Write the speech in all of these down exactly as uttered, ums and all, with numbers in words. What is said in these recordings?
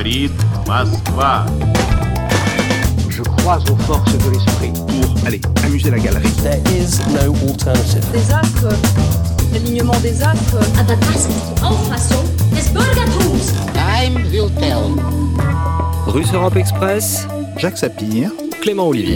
говорит Москва. Je crois aux forces de l'esprit. Pour aller amuser la galerie. There is no alternative. Des actes, l'alignement des actes. Aber das ist die Auffassung des Bürgertums. Time will tell. Russe Europe Express, Jacques Sapir. Clément Olivier.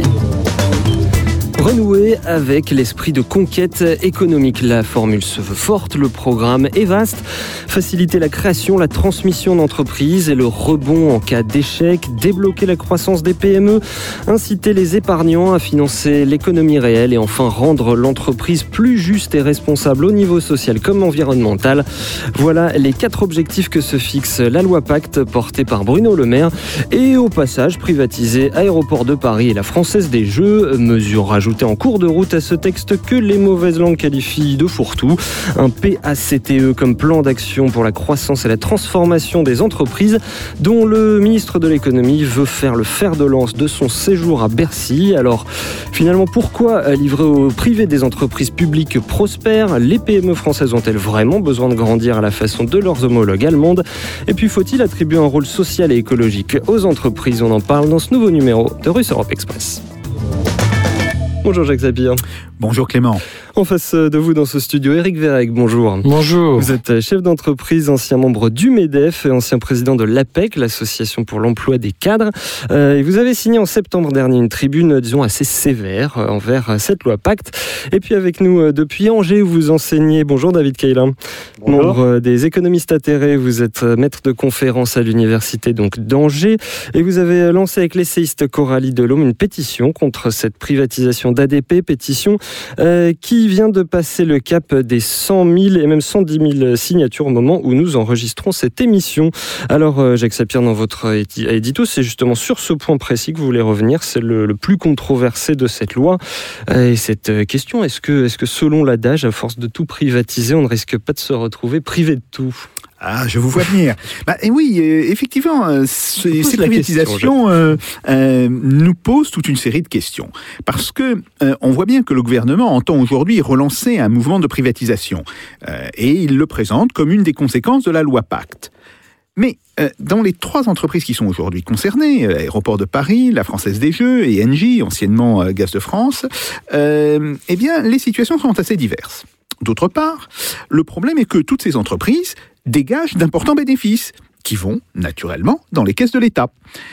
Renouer avec l'esprit de conquête économique. La formule se veut forte, le programme est vaste. Faciliter la création, la transmission d'entreprises et le rebond en cas d'échec, débloquer la croissance des P M E, inciter les épargnants à financer l'économie réelle et enfin rendre l'entreprise plus juste et responsable au niveau social comme environnemental. Voilà les quatre objectifs que se fixe la loi Pacte portée par Bruno Le Maire et au passage privatiser Aéroports de Paris et la Française des Jeux, mesure ajoutée en cours de route à ce texte que les mauvaises langues qualifient de fourre-tout. Un P A C T E comme plan d'action pour la croissance et la transformation des entreprises dont le ministre de l'économie veut faire le fer de lance de son séjour à Bercy. Alors finalement, pourquoi livrer au privé des entreprises publiques prospères? Les P M E françaises ont-elles vraiment besoin de grandir à la façon de leurs homologues allemandes? Et puis faut-il attribuer un rôle social et écologique aux entreprises? On en parle dans ce nouveau numéro de Russe Europe Express. Bonjour Jacques Sapir. Bonjour Clément. En face de vous dans ce studio, Éric Verreg, bonjour. Bonjour. Vous êtes chef d'entreprise, ancien membre du MEDEF et ancien président de l'A P E C, l'Association pour l'emploi des cadres. Euh, et vous avez signé en septembre dernier une tribune, disons, assez sévère euh, envers cette loi Pacte. Et puis avec nous, euh, depuis Angers, vous enseignez. Bonjour David Cailin. Bonjour. Membre euh, des économistes atterrés, vous êtes euh, maître de conférence à l'université donc, d'Angers. Et vous avez lancé avec l'essayiste Coralie Delhomme une pétition contre cette privatisation d'A D P, pétition euh, qui vient de passer le cap des cent mille et même cent dix mille signatures au moment où nous enregistrons cette émission. Alors euh, Jacques Sapir, dans votre édito, c'est justement sur ce point précis que vous voulez revenir, c'est le, le plus controversé de cette loi. Euh, et cette question, est-ce que, est-ce que selon l'adage, à force de tout privatiser, on ne risque pas de se retrouver privé de tout ? Ah, je vous vois venir. Bah, et oui, euh, effectivement, euh, ces, ces privatisations question, euh, euh, nous posent toute une série de questions. Parce que euh, on voit bien que le gouvernement entend aujourd'hui relancer un mouvement de privatisation. Euh, et il le présente comme une des conséquences de la loi Pacte. Mais euh, dans les trois entreprises qui sont aujourd'hui concernées, euh, Aéroports de Paris, la Française des Jeux et Engie, anciennement euh, Gaz de France, euh, eh bien, les situations sont assez diverses. D'autre part, le problème est que toutes ces entreprises dégagent d'importants bénéfices qui vont, naturellement, dans les caisses de l'État.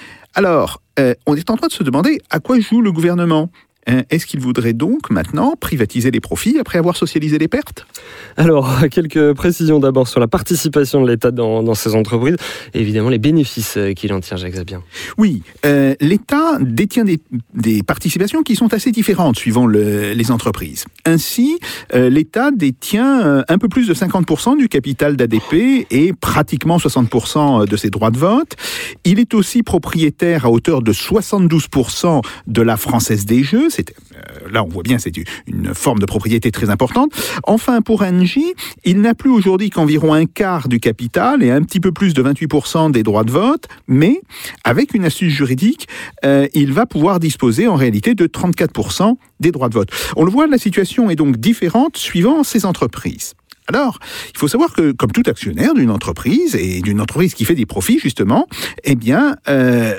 Alors, euh, on est en train de se demander à quoi joue le gouvernement. Hein, est-ce qu'il voudrait donc maintenant privatiser les profits après avoir socialisé les pertes ? Alors, quelques précisions d'abord sur la participation de l'État dans, dans ces entreprises et évidemment les bénéfices qu'il en tire, Jacques Sapir. Oui, euh, l'État détient des, des participations qui sont assez différentes suivant le, les entreprises. Ainsi, euh, l'État détient euh, un peu plus de cinquante pour cent du capital d'A D P et pratiquement soixante pour cent de ses droits de vote. Il est aussi propriétaire à hauteur de soixante-douze pour cent de la Française des Jeux. C'est, euh, là, on voit bien, c'est une forme de propriété très importante. Enfin, pour Engie, il n'a plus aujourd'hui qu'environ un quart du capital et un petit peu plus de vingt-huit pour cent des droits de vote, mais avec une astuce juridique, euh, il va pouvoir disposer en réalité de trente-quatre pour cent des droits de vote. On le voit, la situation est donc différente suivant ces entreprises. Alors, il faut savoir que, comme tout actionnaire d'une entreprise, et d'une entreprise qui fait des profits, justement, eh bien, euh,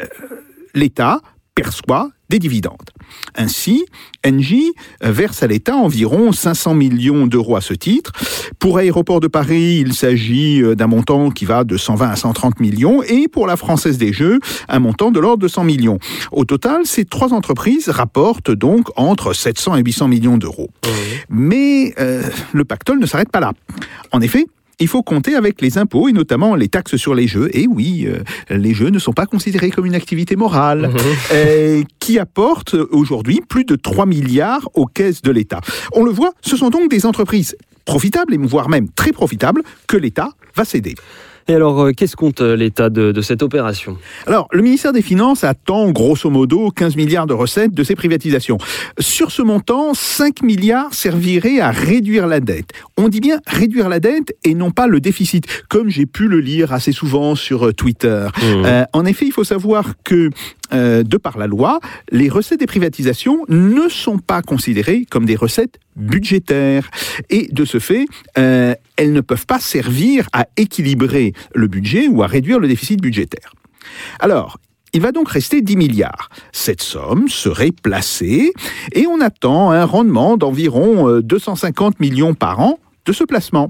l'État perçoit des dividendes. Ainsi, Engie verse à l'État environ cinq cents millions d'euros à ce titre. Pour Aéroports de Paris, il s'agit d'un montant qui va de cent vingt à cent trente millions et pour la Française des Jeux, un montant de l'ordre de cent millions. Au total, ces trois entreprises rapportent donc entre sept cents et huit cents millions d'euros. Mmh. Mais euh, le pactole ne s'arrête pas là. En effet, il faut compter avec les impôts et notamment les taxes sur les jeux. Et oui, euh, les jeux ne sont pas considérés comme une activité morale, mmh. euh, qui apporte aujourd'hui plus de trois milliards aux caisses de l'État. On le voit, ce sont donc des entreprises profitables, et voire même très profitables, que l'État va céder. Et alors, qu'est-ce compte l'État de, de cette opération ? Alors, le ministère des Finances attend grosso modo quinze milliards de recettes de ces privatisations. Sur ce montant, cinq milliards serviraient à réduire la dette. On dit bien réduire la dette et non pas le déficit, comme j'ai pu le lire assez souvent sur Twitter. Mmh. Euh, en effet, il faut savoir que Euh, de par la loi, les recettes des privatisations ne sont pas considérées comme des recettes budgétaires. Et de ce fait, euh, elles ne peuvent pas servir à équilibrer le budget ou à réduire le déficit budgétaire. Alors, il va donc rester dix milliards. Cette somme serait placée et on attend un rendement d'environ deux cent cinquante millions par an de ce placement.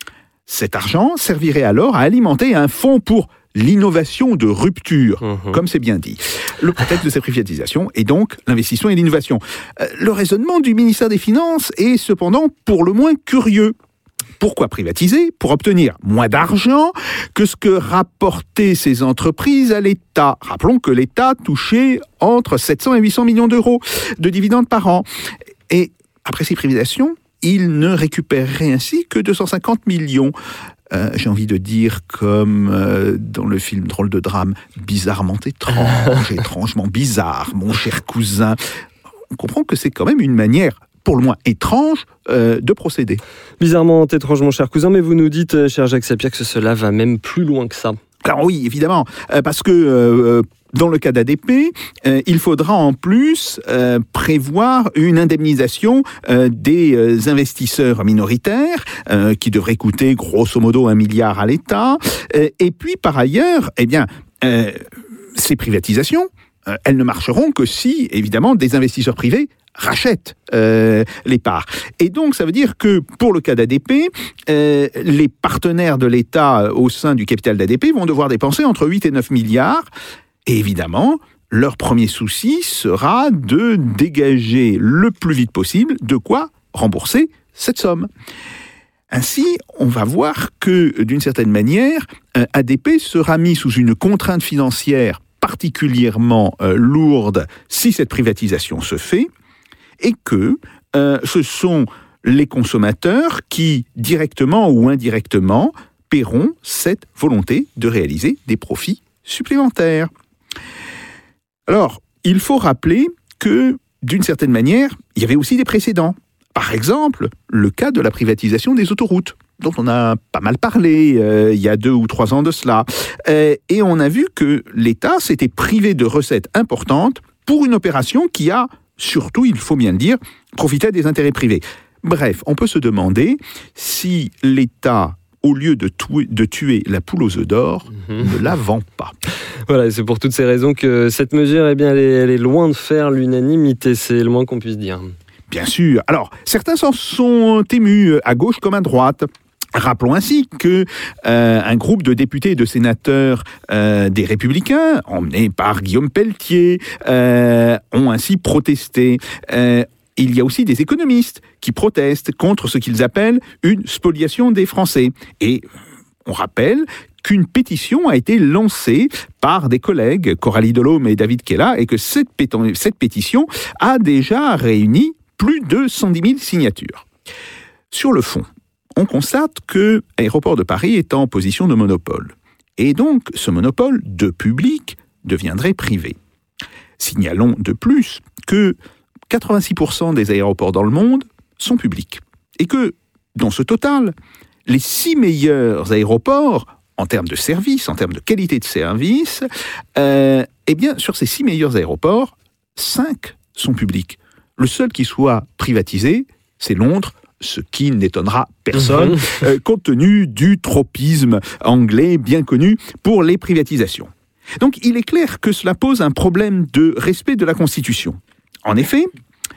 Cet argent servirait alors à alimenter un fonds pour l'innovation de rupture, mmh. comme c'est bien dit. Le prétexte de cette privatisation est donc l'investissement et l'innovation. Le raisonnement du ministère des Finances est cependant pour le moins curieux. Pourquoi privatiser ? Pour obtenir moins d'argent que ce que rapportaient ces entreprises à l'État. Rappelons que l'État touchait entre sept cents et huit cents millions d'euros de dividendes par an. Et après ces privatisations, il ne récupérerait ainsi que deux cent cinquante millions. Euh, j'ai envie de dire comme euh, dans le film Drôle de drame, bizarrement étrange, étrangement bizarre, mon cher cousin. On comprend que c'est quand même une manière pour le moins étrange, euh, de procéder. Bizarrement étrange, mon cher cousin, mais vous nous dites, cher Jacques Sapir, que cela va même plus loin que ça. Alors oui, évidemment, euh, parce que euh, dans le cas d'A D P, euh, il faudra en plus euh, prévoir une indemnisation euh, des euh, investisseurs minoritaires, euh, qui devrait coûter grosso modo un milliard à l'État. Euh, et puis, par ailleurs, eh bien, euh, ces privatisations, euh, elles ne marcheront que si, évidemment, des investisseurs privés rachètent euh, les parts. Et donc, ça veut dire que, pour le cas d'A D P, euh, les partenaires de l'État au sein du capital d'A D P vont devoir dépenser entre huit et neuf milliards. Et évidemment, leur premier souci sera de dégager le plus vite possible de quoi rembourser cette somme. Ainsi, on va voir que, d'une certaine manière, euh, A D P sera mis sous une contrainte financière particulièrement euh, lourde si cette privatisation se fait, et que euh, ce sont les consommateurs qui, directement ou indirectement, paieront cette volonté de réaliser des profits supplémentaires. Alors, il faut rappeler que, d'une certaine manière, il y avait aussi des précédents. Par exemple, le cas de la privatisation des autoroutes, dont on a pas mal parlé euh, il y a deux ou trois ans de cela. Euh, et on a vu que l'État s'était privé de recettes importantes pour une opération qui a, surtout, il faut bien le dire, profité des intérêts privés. Bref, on peut se demander si l'État, au lieu de tuer, de tuer la poule aux œufs d'or, mmh. ne la vend pas. Voilà, c'est pour toutes ces raisons que cette mesure, eh bien, elle est, elle est loin de faire l'unanimité, c'est le moins qu'on puisse dire. Bien sûr. Alors, certains s'en sont émus, à gauche comme à droite. Rappelons ainsi que euh, un groupe de députés et de sénateurs euh, des Républicains, emmenés par Guillaume Pelletier, euh, ont ainsi protesté. Euh, il y a aussi des économistes qui protestent contre ce qu'ils appellent une spoliation des Français. Et on rappelle qu'une pétition a été lancée par des collègues, Coralie Delhomme et David Kella, et que cette, péton- cette pétition a déjà réuni plus de cent dix mille signatures. Sur le fond, on constate que Aéroports de Paris est en position de monopole. Et donc, ce monopole de public deviendrait privé. Signalons de plus que quatre-vingt-six pour cent des aéroports dans le monde sont publics. Et que, dans ce total, les six meilleurs aéroports, en termes de service, en termes de qualité de service, euh, eh bien, sur ces six meilleurs aéroports, cinq sont publics. Le seul qui soit privatisé, c'est Londres, ce qui n'étonnera personne, euh, compte tenu du tropisme anglais bien connu pour les privatisations. Donc, il est clair que cela pose un problème de respect de la Constitution. En effet,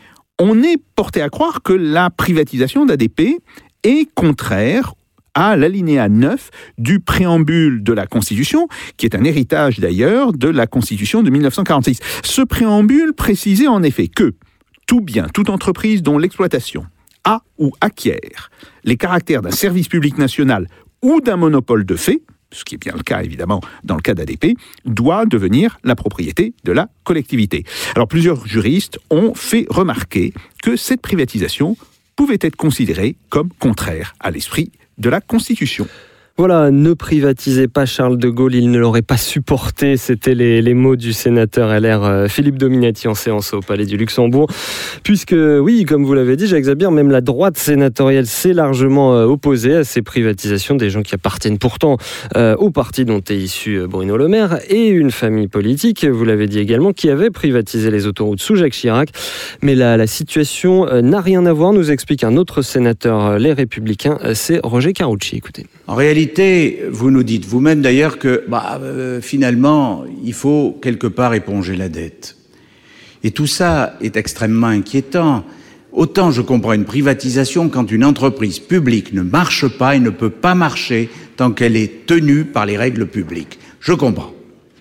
on est porté à croire que la privatisation d'A D P est contraire à l'alinéa neuf du préambule de la Constitution, qui est un héritage d'ailleurs de la Constitution de dix-neuf cent quarante-six. Ce préambule précisait en effet que tout bien, toute entreprise dont l'exploitation a ou acquiert les caractères d'un service public national ou d'un monopole de fait, ce qui est bien le cas évidemment dans le cas d'A D P, doit devenir la propriété de la collectivité. Alors plusieurs juristes ont fait remarquer que cette privatisation pouvait être considérée comme contraire à l'esprit de la Constitution. Voilà, ne privatisez pas Charles de Gaulle, il ne l'aurait pas supporté. C'était les, les mots du sénateur L R euh, Philippe Dominati en séance au Palais du Luxembourg. Puisque, oui, comme vous l'avez dit, Jacques Sapir, même la droite sénatoriale s'est largement euh, opposée à ces privatisations, des gens qui appartiennent pourtant euh, au parti dont est issu Bruno Le Maire et une famille politique, vous l'avez dit également, qui avait privatisé les autoroutes sous Jacques Chirac. Mais la, la situation euh, n'a rien à voir, nous explique un autre sénateur, euh, Les Républicains, euh, c'est Roger Carucci. Écoutez. En réalité, vérité, vous nous dites vous-même d'ailleurs que bah, euh, finalement, il faut quelque part éponger la dette. Et tout ça est extrêmement inquiétant. Autant je comprends une privatisation quand une entreprise publique ne marche pas et ne peut pas marcher tant qu'elle est tenue par les règles publiques. Je comprends.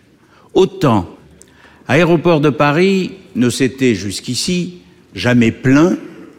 Autant Aéroports de Paris ne s'était jusqu'ici jamais plaint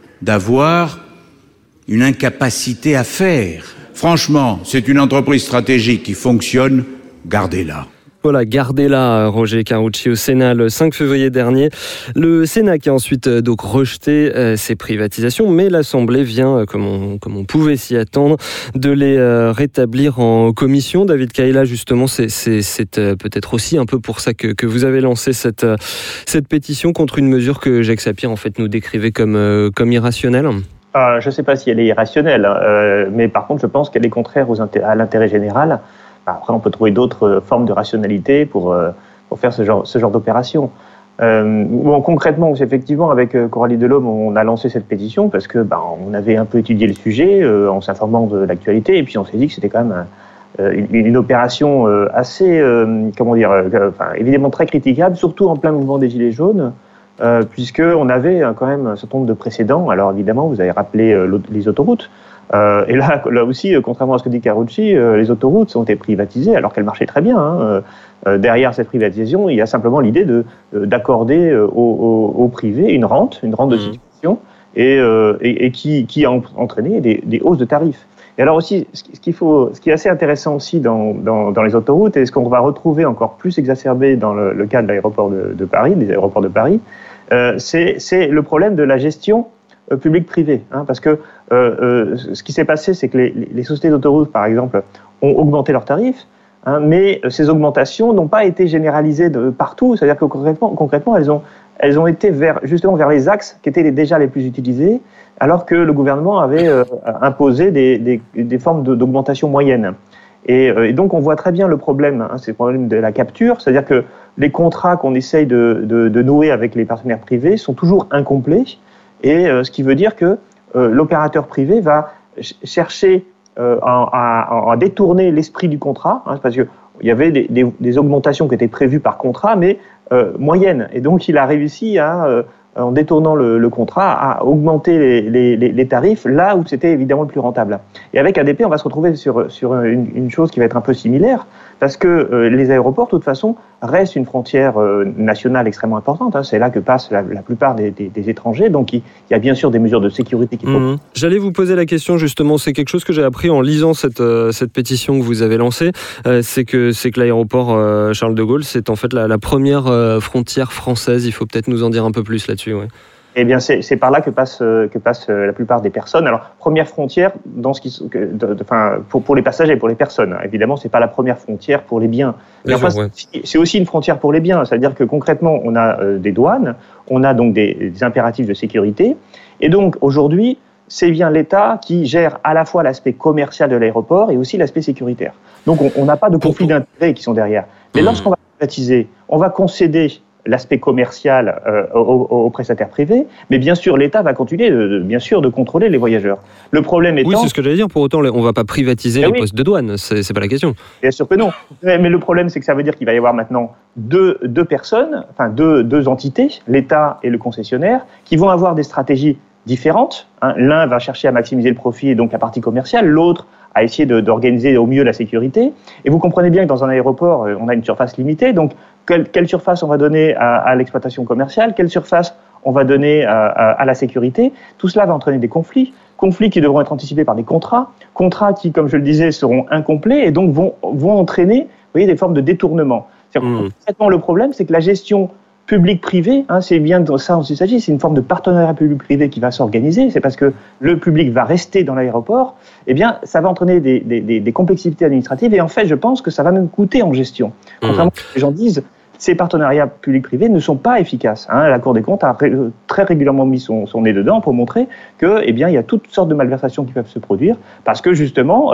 d'avoir une incapacité à faire. Franchement, c'est une entreprise stratégique qui fonctionne, gardez-la. Voilà, gardez-la, Roger Carucci au Sénat le cinq février dernier. Le Sénat qui a ensuite euh, donc rejeté euh, ces privatisations, mais l'Assemblée vient, euh, comme, on, comme on pouvait s'y attendre, de les euh, rétablir en commission. David Kaila, justement, c'est, c'est, c'est euh, peut-être aussi un peu pour ça que, que vous avez lancé cette, euh, cette pétition contre une mesure que Jacques Sapir en fait, nous décrivait comme, euh, comme irrationnelle. Euh, je ne sais pas si elle est irrationnelle, euh, mais par contre, je pense qu'elle est contraire aux inté- à l'intérêt général. Après, on peut trouver d'autres formes de rationalité pour, pour faire ce genre, ce genre d'opération. Euh, bon, concrètement, effectivement, avec Coralie Delhomme, on a lancé cette pétition parce que ben, on avait un peu étudié le sujet euh, en s'informant de l'actualité, et puis on s'est dit que c'était quand même euh, une, une opération euh, assez, euh, comment dire, euh, enfin, évidemment très critiquable, surtout en plein mouvement des Gilets jaunes, euh, puisqu'on avait quand même un certain nombre de précédents. Alors évidemment, vous avez rappelé euh, les autoroutes. Euh, et là, là aussi, contrairement à ce que dit Carucci, euh, les autoroutes ont été privatisées alors qu'elles marchaient très bien. Hein. Euh, derrière cette privatisation, il y a simplement l'idée de, euh, d'accorder euh, au, au, au privé une rente, une rente de situation, et, euh, et, et qui, qui a entraîné des, des hausses de tarifs. Et alors aussi, ce qu'il faut, ce qui est assez intéressant aussi dans, dans, dans les autoroutes, et ce qu'on va retrouver encore plus exacerbé dans le, le cas de l'aéroport de, de Paris, des aéroports de Paris, euh, c'est, c'est le problème de la gestion public-privé, hein, parce que euh, euh, ce qui s'est passé, c'est que les, les sociétés d'autoroutes, par exemple, ont augmenté leurs tarifs, hein, mais ces augmentations n'ont pas été généralisées de partout. C'est-à-dire que concrètement, concrètement elles ont, elles ont été vers, justement vers les axes qui étaient les, déjà les plus utilisés, alors que le gouvernement avait euh, imposé des, des, des formes de, d'augmentation moyenne. Et, euh, et donc, on voit très bien le problème, hein, c'est le problème de la capture, c'est-à-dire que les contrats qu'on essaye de, de, de nouer avec les partenaires privés sont toujours incomplets. Et euh, ce qui veut dire que euh, l'opérateur privé va ch- chercher euh, à, à, à détourner l'esprit du contrat, hein, parce qu'il y avait des, des, des augmentations qui étaient prévues par contrat, mais euh, moyennes. Et donc, il a réussi, à, euh, en détournant le, le contrat, à augmenter les, les, les tarifs là où c'était évidemment le plus rentable. Et avec A D P, on va se retrouver sur, sur une, une chose qui va être un peu similaire, parce que euh, les aéroports, de toute façon, restent une frontière euh, nationale extrêmement importante. Hein. C'est là que passent la, la plupart des, des, des étrangers. Donc, il, il y a bien sûr des mesures de sécurité qu'il faut... Mmh. J'allais vous poser la question, justement. C'est quelque chose que j'ai appris en lisant cette, euh, cette pétition que vous avez lancée. Euh, c'est, que, c'est que l'aéroport euh, Charles de Gaulle, c'est en fait la, la première euh, frontière française. Il faut peut-être nous en dire un peu plus là-dessus. Ouais. Eh bien, c'est, c'est par là que passent, que passent la plupart des personnes. Alors, première frontière dans ce qui, de, de, enfin, pour, pour les passagers et pour les personnes. Évidemment, c'est pas la première frontière pour les biens. Mais enfin, ouais. c'est, c'est aussi une frontière pour les biens. C'est-à-dire que concrètement, on a euh, des douanes, on a donc des, des impératifs de sécurité. Et donc, aujourd'hui, c'est bien l'État qui gère à la fois l'aspect commercial de l'aéroport et aussi l'aspect sécuritaire. Donc, on n'a pas de conflits d'intérêts qui sont derrière. Mais mmh. lorsqu'on va privatiser, on va concéder l'aspect commercial euh, aux, aux prestataires privés, mais bien sûr, l'État va continuer, de, de, bien sûr, de contrôler les voyageurs. Le problème étant... Oui, c'est ce que j'allais dire. Pour autant, on ne va pas privatiser eh les oui. postes de douane. C'est, c'est pas la question. Bien sûr que non. Mais, mais le problème, c'est que ça veut dire qu'il va y avoir maintenant deux, deux personnes, enfin deux, deux entités, l'État et le concessionnaire, qui vont avoir des stratégies différentes. Hein. L'un va chercher à maximiser le profit et donc la partie commerciale, l'autre à essayer de, d'organiser au mieux la sécurité. Et vous comprenez bien que dans un aéroport, on a une surface limitée, donc quelle, quelle surface on va donner à, à l'exploitation commerciale, quelle surface on va donner à, à, à la sécurité. Tout cela va entraîner des conflits, conflits qui devront être anticipés par des contrats, contrats qui, comme je le disais, seront incomplets et donc vont, vont entraîner, vous voyez, des formes de détournement. C'est-à-dire, mmh. concrètement, le problème, c'est que la gestion public-privé, hein, c'est bien de ça dont il s'agit, c'est une forme de partenariat public-privé qui va s'organiser, c'est parce que le public va rester dans l'aéroport, eh bien, ça va entraîner des, des, des, des complexités administratives, et en fait, je pense que ça va même coûter en gestion. Mmh. Contrairement à ce que les gens disent, ces partenariats public-privé ne sont pas efficaces. Hein. La Cour des comptes a ré- très régulièrement mis son, son nez dedans pour montrer que, eh bien, il y a toutes sortes de malversations qui peuvent se produire, parce que justement, euh,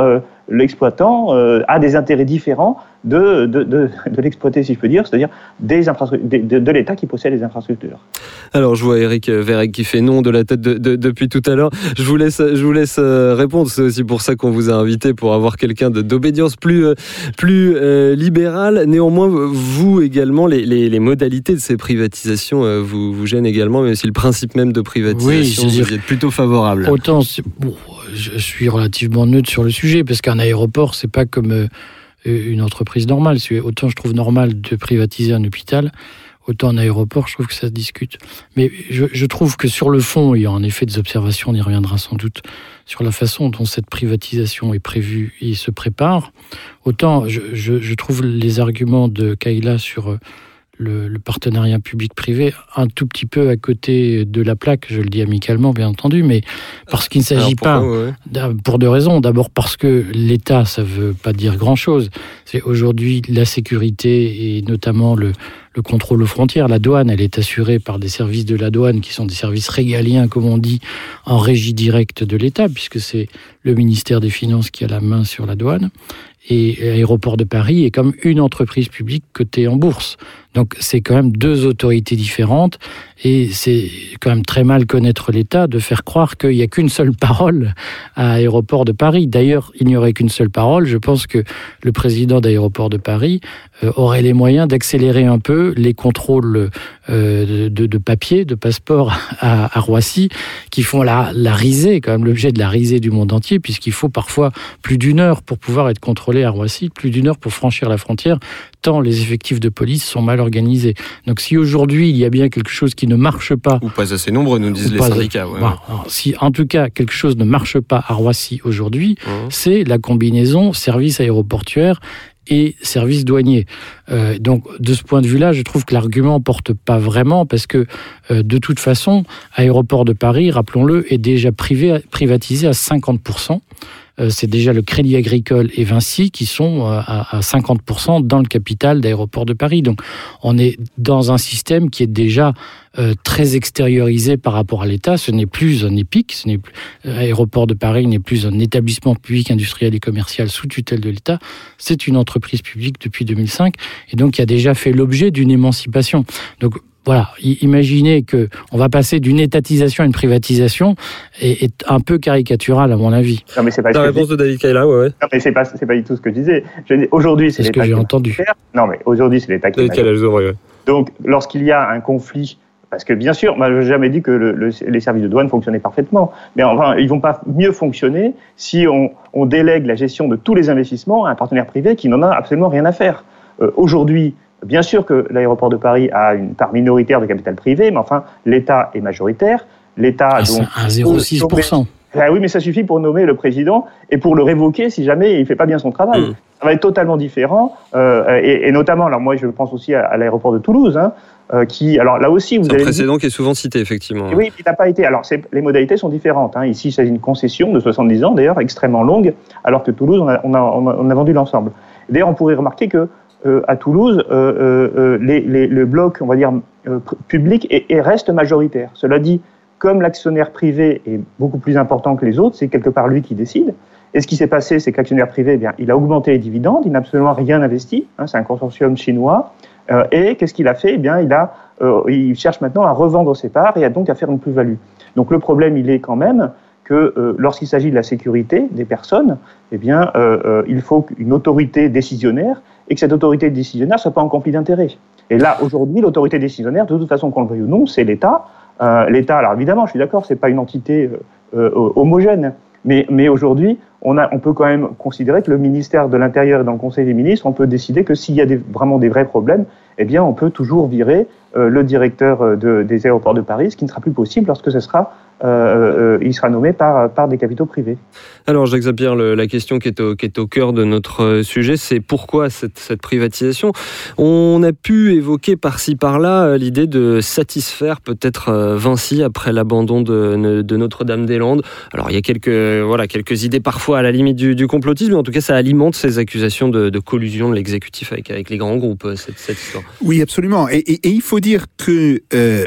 l'exploitant euh, a des intérêts différents de, de, de, de l'exploiter, si je peux dire, c'est-à-dire des infrastructures, de, de, de l'État qui possède les infrastructures. Alors, je vois Éric Verreck qui fait non de la tête de, de, depuis tout à l'heure. Je vous laisse, je vous laisse répondre. C'est aussi pour ça qu'on vous a invité, pour avoir quelqu'un de, d'obédience plus, plus euh, libérale. Néanmoins, vous également, les, les, les modalités de ces privatisations euh, vous, vous gênent également, mais aussi le principe même de privatisation, oui, vous êtes plutôt favorable. Autant, bon, je suis relativement neutre sur le sujet, parce qu'un aéroport, c'est pas comme euh, une entreprise normale. Autant je trouve normal de privatiser un hôpital, autant un aéroport, je trouve que ça se discute. Mais je, je trouve que sur le fond, il y a en effet des observations, on y reviendra sans doute, sur la façon dont cette privatisation est prévue et se prépare. Autant je, je, je trouve les arguments de Kayla sur le, le partenariat public-privé un tout petit peu à côté de la plaque, je le dis amicalement bien entendu, mais parce qu'il ne s'agit pas, ouais. pour deux raisons. D'abord parce que l'État, ça ne veut pas dire grand-chose. C'est aujourd'hui la sécurité et notamment le, le contrôle aux frontières. La douane, elle est assurée par des services de la douane qui sont des services régaliens, comme on dit, en régie directe de l'État, puisque c'est le ministère des Finances qui a la main sur la douane. Et Aéroports de Paris est comme une entreprise publique cotée en bourse. Donc c'est quand même deux autorités différentes et c'est quand même très mal connaître l'État de faire croire qu'il n'y a qu'une seule parole à Aéroports de Paris. D'ailleurs, il n'y aurait qu'une seule parole. Je pense que le président d'Aéroports de Paris euh, aurait les moyens d'accélérer un peu les contrôles euh, de, de papier, de passeport à, à Roissy, qui font la, la risée, quand même l'objet de la risée du monde entier, puisqu'il faut parfois plus d'une heure pour pouvoir être contrôlé à Roissy, plus d'une heure pour franchir la frontière, tant les effectifs de police sont mal organisés. Donc si aujourd'hui il y a bien quelque chose qui ne marche pas... Ou pas assez nombreux, nous disent les pas, syndicats. Ouais, bon, ouais. Alors, si en tout cas quelque chose ne marche pas à Roissy aujourd'hui, mmh. c'est la combinaison service aéroportuaire et services douaniers. Euh, donc, de ce point de vue-là, je trouve que l'argument ne porte pas vraiment, parce que, euh, de toute façon, Aéroports de Paris, rappelons-le, est déjà privé, privatisé à cinquante pour cent. Euh, c'est déjà le Crédit Agricole et Vinci qui sont euh, à, à cinquante pour cent dans le capital d'Aéroports de Paris. Donc, on est dans un système qui est déjà euh, très extériorisé par rapport à l'État. Ce n'est plus un EPIC, ce n'est plus, euh, Aéroports de Paris n'est plus un établissement public industriel et commercial sous tutelle de l'État. C'est une entreprise publique depuis deux mille cinq et donc qui a déjà fait l'objet d'une émancipation. Donc, voilà, imaginez qu'on va passer d'une étatisation à une privatisation est, est un peu caricatural à mon avis. Non, mais c'est pas la réponse de David Kayla, ouais, ouais. Non, mais c'est pas, c'est pas du tout ce que je disais. Je dis, aujourd'hui, c'est, c'est ce que j'ai entendu. Non, mais aujourd'hui, c'est l'État qui est majoritaire. Ouais. Donc, lorsqu'il y a un conflit, parce que bien sûr, moi, je n'ai jamais dit que le, le, les services de douane fonctionnaient parfaitement, mais enfin, ils ne vont pas mieux fonctionner si on, on délègue la gestion de tous les investissements à un partenaire privé qui n'en a absolument rien à faire. Euh, aujourd'hui, bien sûr que l'aéroport de Paris a une part minoritaire de capital privé, mais enfin, l'État est majoritaire. L'État ah, donc à zéro virgule six pour cent. Ah oui, mais ça suffit pour nommer le président et pour le révoquer si jamais il ne fait pas bien son travail. Mmh. Ça va être totalement différent. Euh, et, et notamment, alors moi, je pense aussi à, à l'aéroport de Toulouse, hein, euh, qui, alors là aussi, vous c'est avez un précédent dit, qui est souvent cité, effectivement. Oui, il n'a pas été. Alors, c'est, les modalités sont différentes. Hein. Ici, c'est une concession de soixante-dix ans, d'ailleurs, extrêmement longue, alors que Toulouse, on a, on a, on a vendu l'ensemble. D'ailleurs, on pourrait remarquer que Euh, à Toulouse, euh, euh, les, les, le bloc, on va dire, euh, public est, est reste majoritaire. Cela dit, comme l'actionnaire privé est beaucoup plus important que les autres, c'est quelque part lui qui décide. Et ce qui s'est passé, c'est que l'actionnaire privé, eh bien, il a augmenté les dividendes, il n'a absolument rien investi. Hein, c'est un consortium chinois. Euh, et qu'est-ce qu'il a fait ? Eh bien, il a, euh, il cherche maintenant à revendre ses parts et à donc à faire une plus-value. Donc le problème, il est quand même que euh, lorsqu'il s'agit de la sécurité des personnes, eh bien, euh, euh, il faut une autorité décisionnaire et que cette autorité décisionnaire ne soit pas en conflit d'intérêts. Et là, aujourd'hui, l'autorité décisionnaire, de toute façon, qu'on le veuille ou non, c'est l'État. Euh, L'État, alors évidemment, je suis d'accord, c'est pas une entité euh, euh, homogène, mais, mais aujourd'hui, on, a, on peut quand même considérer que le ministère de l'Intérieur et dans le Conseil des ministres, on peut décider que s'il y a des, vraiment des vrais problèmes, eh bien, on peut toujours virer euh, le directeur de, des aéroports de Paris, ce qui ne sera plus possible lorsque ce sera Euh, euh, il sera nommé par, par des capitaux privés. Alors, Jacques Zapierre, le, la question qui est, au, qui est au cœur de notre sujet, c'est pourquoi cette, cette privatisation ? On a pu évoquer par-ci, par-là l'idée de satisfaire peut-être Vinci après l'abandon de, de Notre-Dame-des-Landes. Alors, il y a quelques, voilà, quelques idées parfois à la limite du, du complotisme, mais en tout cas, ça alimente ces accusations de, de collusion de l'exécutif avec, avec les grands groupes, cette, cette histoire. Oui, absolument. Et, et, et il faut dire que... Euh...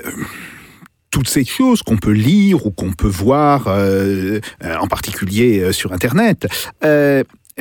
toutes ces choses qu'on peut lire ou qu'on peut voir, euh, en particulier sur Internet, euh,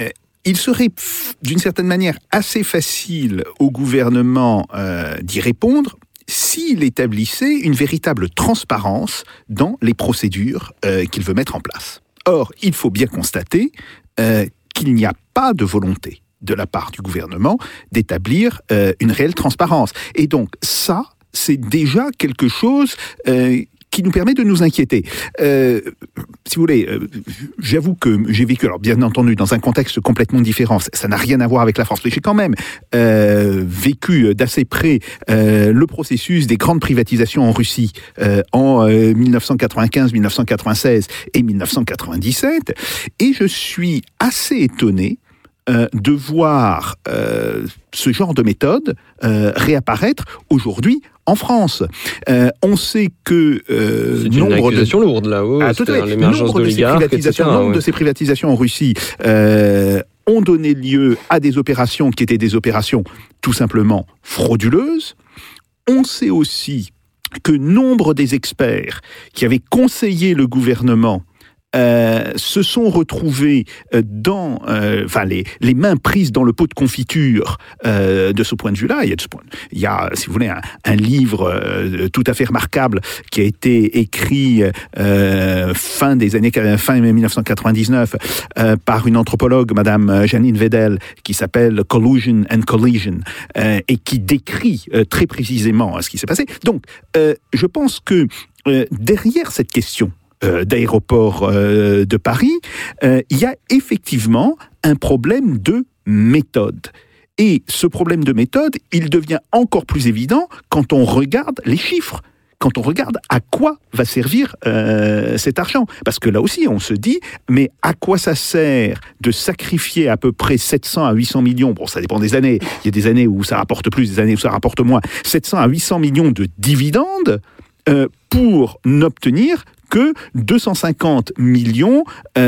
il serait, d'une certaine manière, assez facile au gouvernement euh, d'y répondre s'il établissait une véritable transparence dans les procédures euh, qu'il veut mettre en place. Or, il faut bien constater euh, qu'il n'y a pas de volonté de la part du gouvernement d'établir euh, une réelle transparence. Et donc, ça, c'est déjà quelque chose euh, qui nous permet de nous inquiéter. Euh, si vous voulez, euh, j'avoue que j'ai vécu, alors bien entendu, dans un contexte complètement différent, ça n'a rien à voir avec la France, mais j'ai quand même euh, vécu d'assez près euh, le processus des grandes privatisations en Russie euh, en euh, dix-neuf cent quatre-vingt-quinze, dix-neuf cent quatre-vingt-seize et dix-neuf cent quatre-vingt-dix-sept, et je suis assez étonné Euh, de voir euh, ce genre de méthode euh, réapparaître aujourd'hui en France. Euh, on sait que euh, c'est une accusation de... lourde là, oui, ah, tout à fait. L'émergence Nombre de ces privatisations, et cetera, nombre ouais. de ces privatisations en Russie euh, ont donné lieu à des opérations qui étaient des opérations tout simplement frauduleuses. On sait aussi que nombre des experts qui avaient conseillé le gouvernement Euh, se sont retrouvés euh, dans, euh, enfin les, les mains prises dans le pot de confiture euh, de ce point de vue-là. Il y a, de ce point, il y a si vous voulez, un, un livre euh, tout à fait remarquable qui a été écrit euh, fin des années fin dix-neuf cent quatre-vingt-dix-neuf euh, par une anthropologue, Madame Janine Wedel, qui s'appelle Collusion and Collision euh, et qui décrit euh, très précisément ce qui s'est passé. Donc, euh, je pense que euh, derrière cette question Euh, d'aéroport euh, de Paris, euh, il y a effectivement un problème de méthode. Et ce problème de méthode, il devient encore plus évident quand on regarde les chiffres, quand on regarde à quoi va servir euh, cet argent. Parce que là aussi, on se dit, mais à quoi ça sert de sacrifier à peu près sept cents à huit cents millions, bon, ça dépend des années, il y a des années où ça rapporte plus, des années où ça rapporte moins, sept cents à huit cents millions de dividendes euh, pour n'obtenir que deux cent cinquante millions,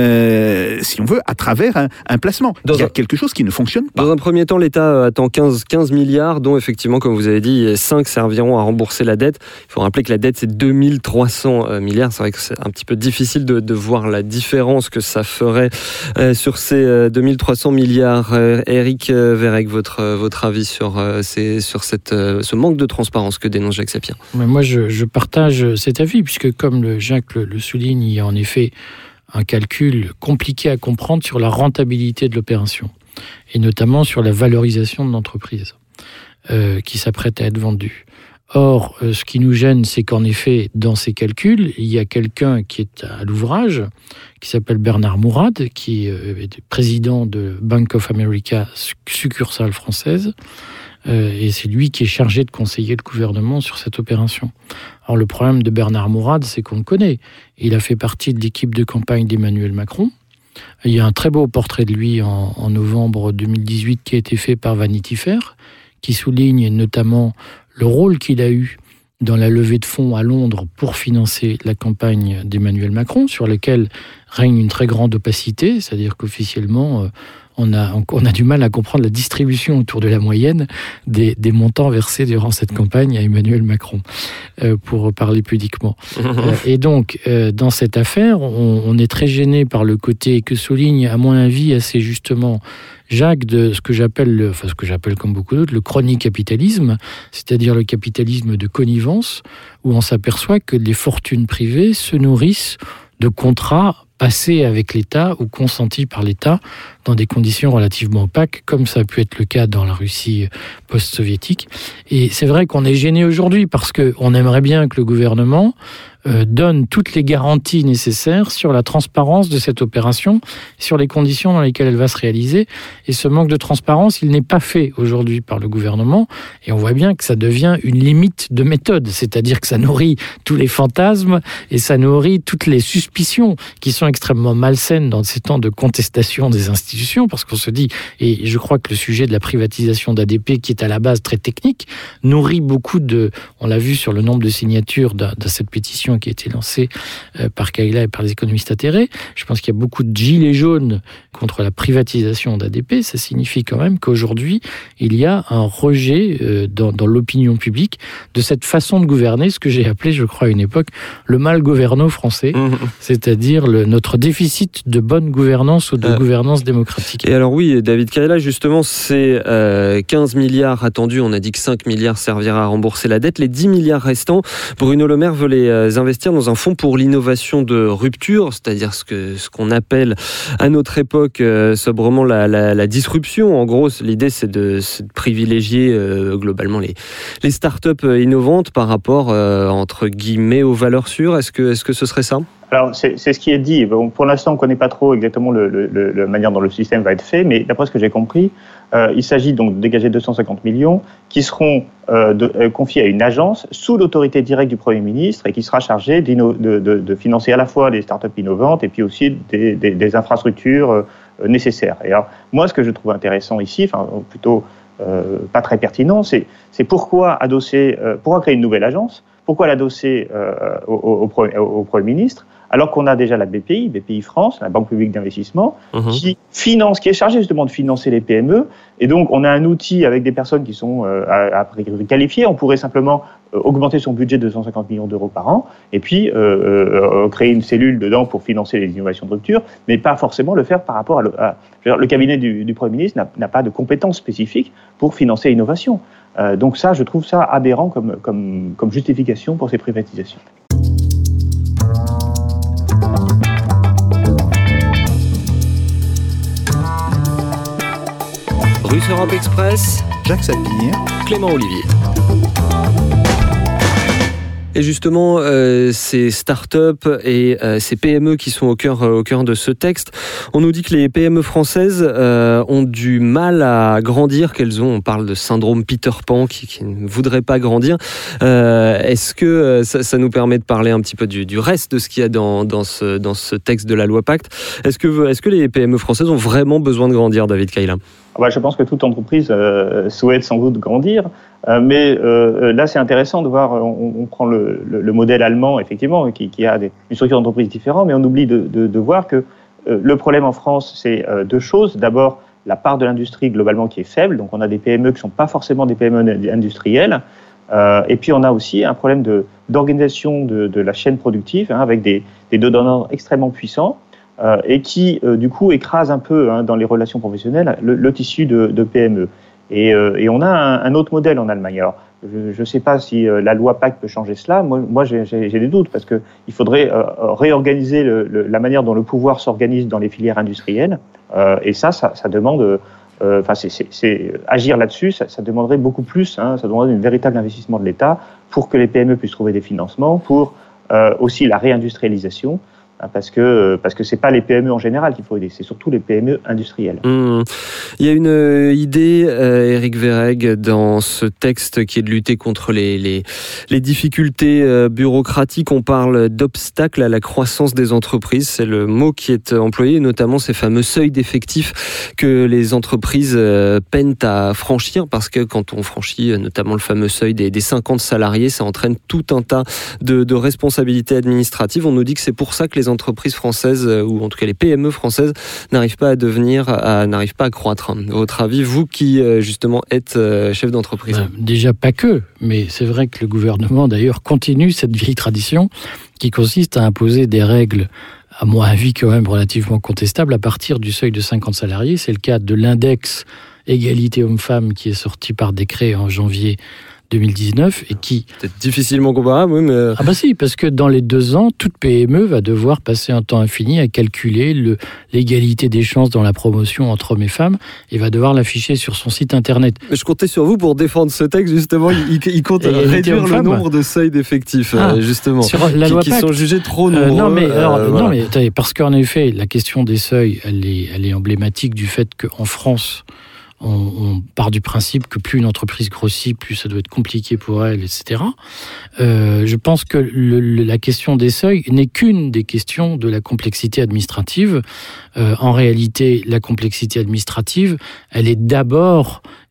euh, si on veut, à travers un, un placement. Dans Il y a un... quelque chose qui ne fonctionne pas. Dans un premier temps, l'État attend quinze, quinze milliards, dont effectivement, comme vous avez dit, cinq serviront à rembourser la dette. Il faut rappeler que la dette, c'est deux mille trois cents milliards. C'est vrai que c'est un petit peu difficile de, de voir la différence que ça ferait euh, sur ces euh, deux mille trois cents milliards. Euh, Éric Verreck, votre, votre avis sur, euh, ces, sur cette, euh, ce manque de transparence que dénonce Jacques Sapir? Mais moi, je, je partage cet avis, puisque comme le Jacques Le, le souligne, il y a en effet un calcul compliqué à comprendre sur la rentabilité de l'opération, et notamment sur la valorisation de l'entreprise euh, qui s'apprête à être vendue. Or, euh, ce qui nous gêne, c'est qu'en effet, dans ces calculs, il y a quelqu'un qui est à l'ouvrage, qui s'appelle Bernard Mourad, qui euh, est président de Bank of America, succursale française, Euh, et c'est lui qui est chargé de conseiller le gouvernement sur cette opération. Alors le problème de Bernard Mourad, c'est qu'on le connaît. Il a fait partie de l'équipe de campagne d'Emmanuel Macron. Il y a un très beau portrait de lui en, en novembre deux mille dix-huit qui a été fait par Vanity Fair, qui souligne notamment le rôle qu'il a eu dans la levée de fonds à Londres pour financer la campagne d'Emmanuel Macron, sur laquelle règne une très grande opacité, c'est-à-dire qu'officiellement, euh, on a, on a du mal à comprendre la distribution autour de la moyenne des, des montants versés durant cette campagne à Emmanuel Macron, euh, pour parler pudiquement. euh, et donc, euh, dans cette affaire, on, on est très gêné par le côté que souligne, à mon avis, assez justement Jacques, de ce que j'appelle, le, enfin ce que j'appelle comme beaucoup d'autres, le chronique capitalisme, c'est-à-dire le capitalisme de connivence, où on s'aperçoit que les fortunes privées se nourrissent de contrats passés avec l'État ou consentis par l'État dans des conditions relativement opaques, comme ça a pu être le cas dans la Russie post-soviétique. Et c'est vrai qu'on est gêné aujourd'hui parce qu'on aimerait bien que le gouvernement euh, donne toutes les garanties nécessaires sur la transparence de cette opération, sur les conditions dans lesquelles elle va se réaliser. Et ce manque de transparence, il n'est pas fait aujourd'hui par le gouvernement. Et on voit bien que ça devient une limite de méthode, c'est-à-dire que ça nourrit tous les fantasmes et ça nourrit toutes les suspicions qui sont extrêmement malsaines dans ces temps de contestation des institutions, parce qu'on se dit, et je crois que le sujet de la privatisation d'A D P, qui est à la base très technique, nourrit beaucoup de, on l'a vu sur le nombre de signatures de, de cette pétition qui a été lancée par Kayla et par les économistes atterrés. Je pense qu'il y a beaucoup de gilets jaunes contre la privatisation d'A D P. Ça signifie quand même qu'aujourd'hui, il y a un rejet dans, dans l'opinion publique de cette façon de gouverner, ce que j'ai appelé, je crois, à une époque, le mal gouverno français, mmh. c'est-à-dire le, notre déficit de bonne gouvernance ou de euh, gouvernance démocratique. démocratique. Et alors oui, David Kayla, justement, c'est euh, quinze milliards attendus. On a dit que cinq milliards servira à rembourser la dette. Les dix milliards restants, Bruno Le Maire veut les investir dans un fonds pour l'innovation de rupture, c'est-à-dire ce, que, ce qu'on appelle à notre époque euh, sobrement la, la, la disruption. En gros, l'idée, c'est de, c'est de privilégier euh, globalement les, les startups innovantes par rapport, euh, entre guillemets, aux valeurs sûres. Est-ce que, est-ce que ce serait ça ? Alors, c'est, c'est ce qui est dit. Bon, pour l'instant, on ne connaît pas trop exactement le, le, le, la manière dont le système va être fait, mais d'après ce que j'ai compris, euh, il s'agit donc de dégager deux cent cinquante millions qui seront euh, de, euh, confiés à une agence sous l'autorité directe du Premier ministre et qui sera chargée de, de, de financer à la fois les startups innovantes et puis aussi des, des, des infrastructures euh, nécessaires. Et alors, moi, ce que je trouve intéressant ici, enfin, plutôt euh, pas très pertinent, c'est, c'est pourquoi adosser, euh, pourquoi créer une nouvelle agence, pourquoi l'adosser euh, au, au, au, au Premier ministre, alors qu'on a déjà la B P I, B P I France, la Banque publique d'investissement, mmh. qui finance, qui est chargée justement de financer les P M E. Et donc, on a un outil avec des personnes qui sont euh, à, à priori qualifiées. On pourrait simplement euh, augmenter son budget de deux cent cinquante millions d'euros par an et puis euh, euh, créer une cellule dedans pour financer les innovations de rupture, mais pas forcément le faire par rapport à... Le, à le cabinet du, du Premier ministre n'a, n'a pas de compétences spécifiques pour financer l'innovation. Euh, donc ça, je trouve ça aberrant comme, comme, comme justification pour ces privatisations. Russe Europe Express, Jacques Sapir, Clément Olivier. Et justement, euh, ces start-up et euh, ces P M E qui sont au cœur, au cœur de ce texte, on nous dit que les P M E françaises euh, ont du mal à grandir, qu'elles ont, on parle de syndrome Peter Pan, qui, qui ne voudraient pas grandir. Euh, est-ce que euh, ça, ça nous permet de parler un petit peu du, du reste de ce qu'il y a dans, dans, ce, dans ce texte de la loi Pacte ? Est-ce que, est-ce que les P M E françaises ont vraiment besoin de grandir, David Kayla ? Ouais, je pense que toute entreprise euh, souhaite sans doute grandir, euh, mais euh, là c'est intéressant de voir, on, on prend le, le, le modèle allemand effectivement qui, qui a des, une structure d'entreprise différente, mais on oublie de, de, de voir que euh, le problème en France c'est euh, deux choses. D'abord la part de l'industrie globalement qui est faible, donc on a des P M E qui ne sont pas forcément des P M E industrielles, euh, et puis on a aussi un problème de, d'organisation de, de la chaîne productive hein, avec des, des donneurs extrêmement puissants. Euh, et qui, euh, du coup, écrase un peu hein, dans les relations professionnelles le, le tissu de, de P M E. Et, euh, et on a un, un autre modèle en Allemagne. Alors, je ne sais pas si euh, la loi Pacte peut changer cela. Moi, moi j'ai, j'ai, j'ai des doutes parce qu'il faudrait euh, réorganiser le, le, la manière dont le pouvoir s'organise dans les filières industrielles. Euh, et ça, ça, ça demande... Euh, enfin, c'est, c'est, c'est, agir là-dessus, ça, ça demanderait beaucoup plus. Hein, ça demanderait un véritable investissement de l'État pour que les P M E puissent trouver des financements, pour euh, aussi la réindustrialisation. Parce que parce que c'est pas les P M E en général qu'il faut aider, c'est surtout les P M E industrielles. Mmh. Il y a une idée, euh, Éric Verreg, dans ce texte qui est de lutter contre les les, les difficultés euh, bureaucratiques. On parle d'obstacles à la croissance des entreprises. C'est le mot qui est employé, notamment ces fameux seuils d'effectifs que les entreprises euh, peinent à franchir, parce que quand on franchit notamment le fameux seuil des, des cinquante salariés, ça entraîne tout un tas de, de responsabilités administratives. On nous dit que c'est pour ça que les entreprises françaises, ou en tout cas les P M E françaises, n'arrivent pas à devenir, à, n'arrivent pas à croître. À votre avis, vous qui justement êtes chef d'entreprise ? Ben, déjà pas que, mais c'est vrai que le gouvernement d'ailleurs continue cette vieille tradition qui consiste à imposer des règles, à mon avis quand même relativement contestables, à partir du seuil de cinquante salariés. C'est le cas de l'index égalité homme-femme qui est sorti par décret en janvier deux mille dix-neuf et qui... C'est difficilement comparable, oui, mais... Ah bah si, parce que dans les deux ans, toute P M E va devoir passer un temps infini à calculer le, l'égalité des chances dans la promotion entre hommes et femmes et va devoir l'afficher sur son site internet. Mais je comptais sur vous pour défendre ce texte, justement. Il, il compte réduire le nombre de seuils d'effectifs, ah, justement, sur la qui, loi qui sont jugés trop nombreux. Euh, non, mais, alors, euh, non, voilà. mais attendez, parce qu'en effet, la question des seuils, elle est, elle est emblématique du fait qu'en France, On, on part du principe que plus une entreprise grossit, plus ça doit être compliqué pour elle, et cetera. Euh, je pense que le, le, la question des seuils n'est qu'une des questions de la complexité administrative. Euh, en réalité, la complexité administrative, elle est d'abord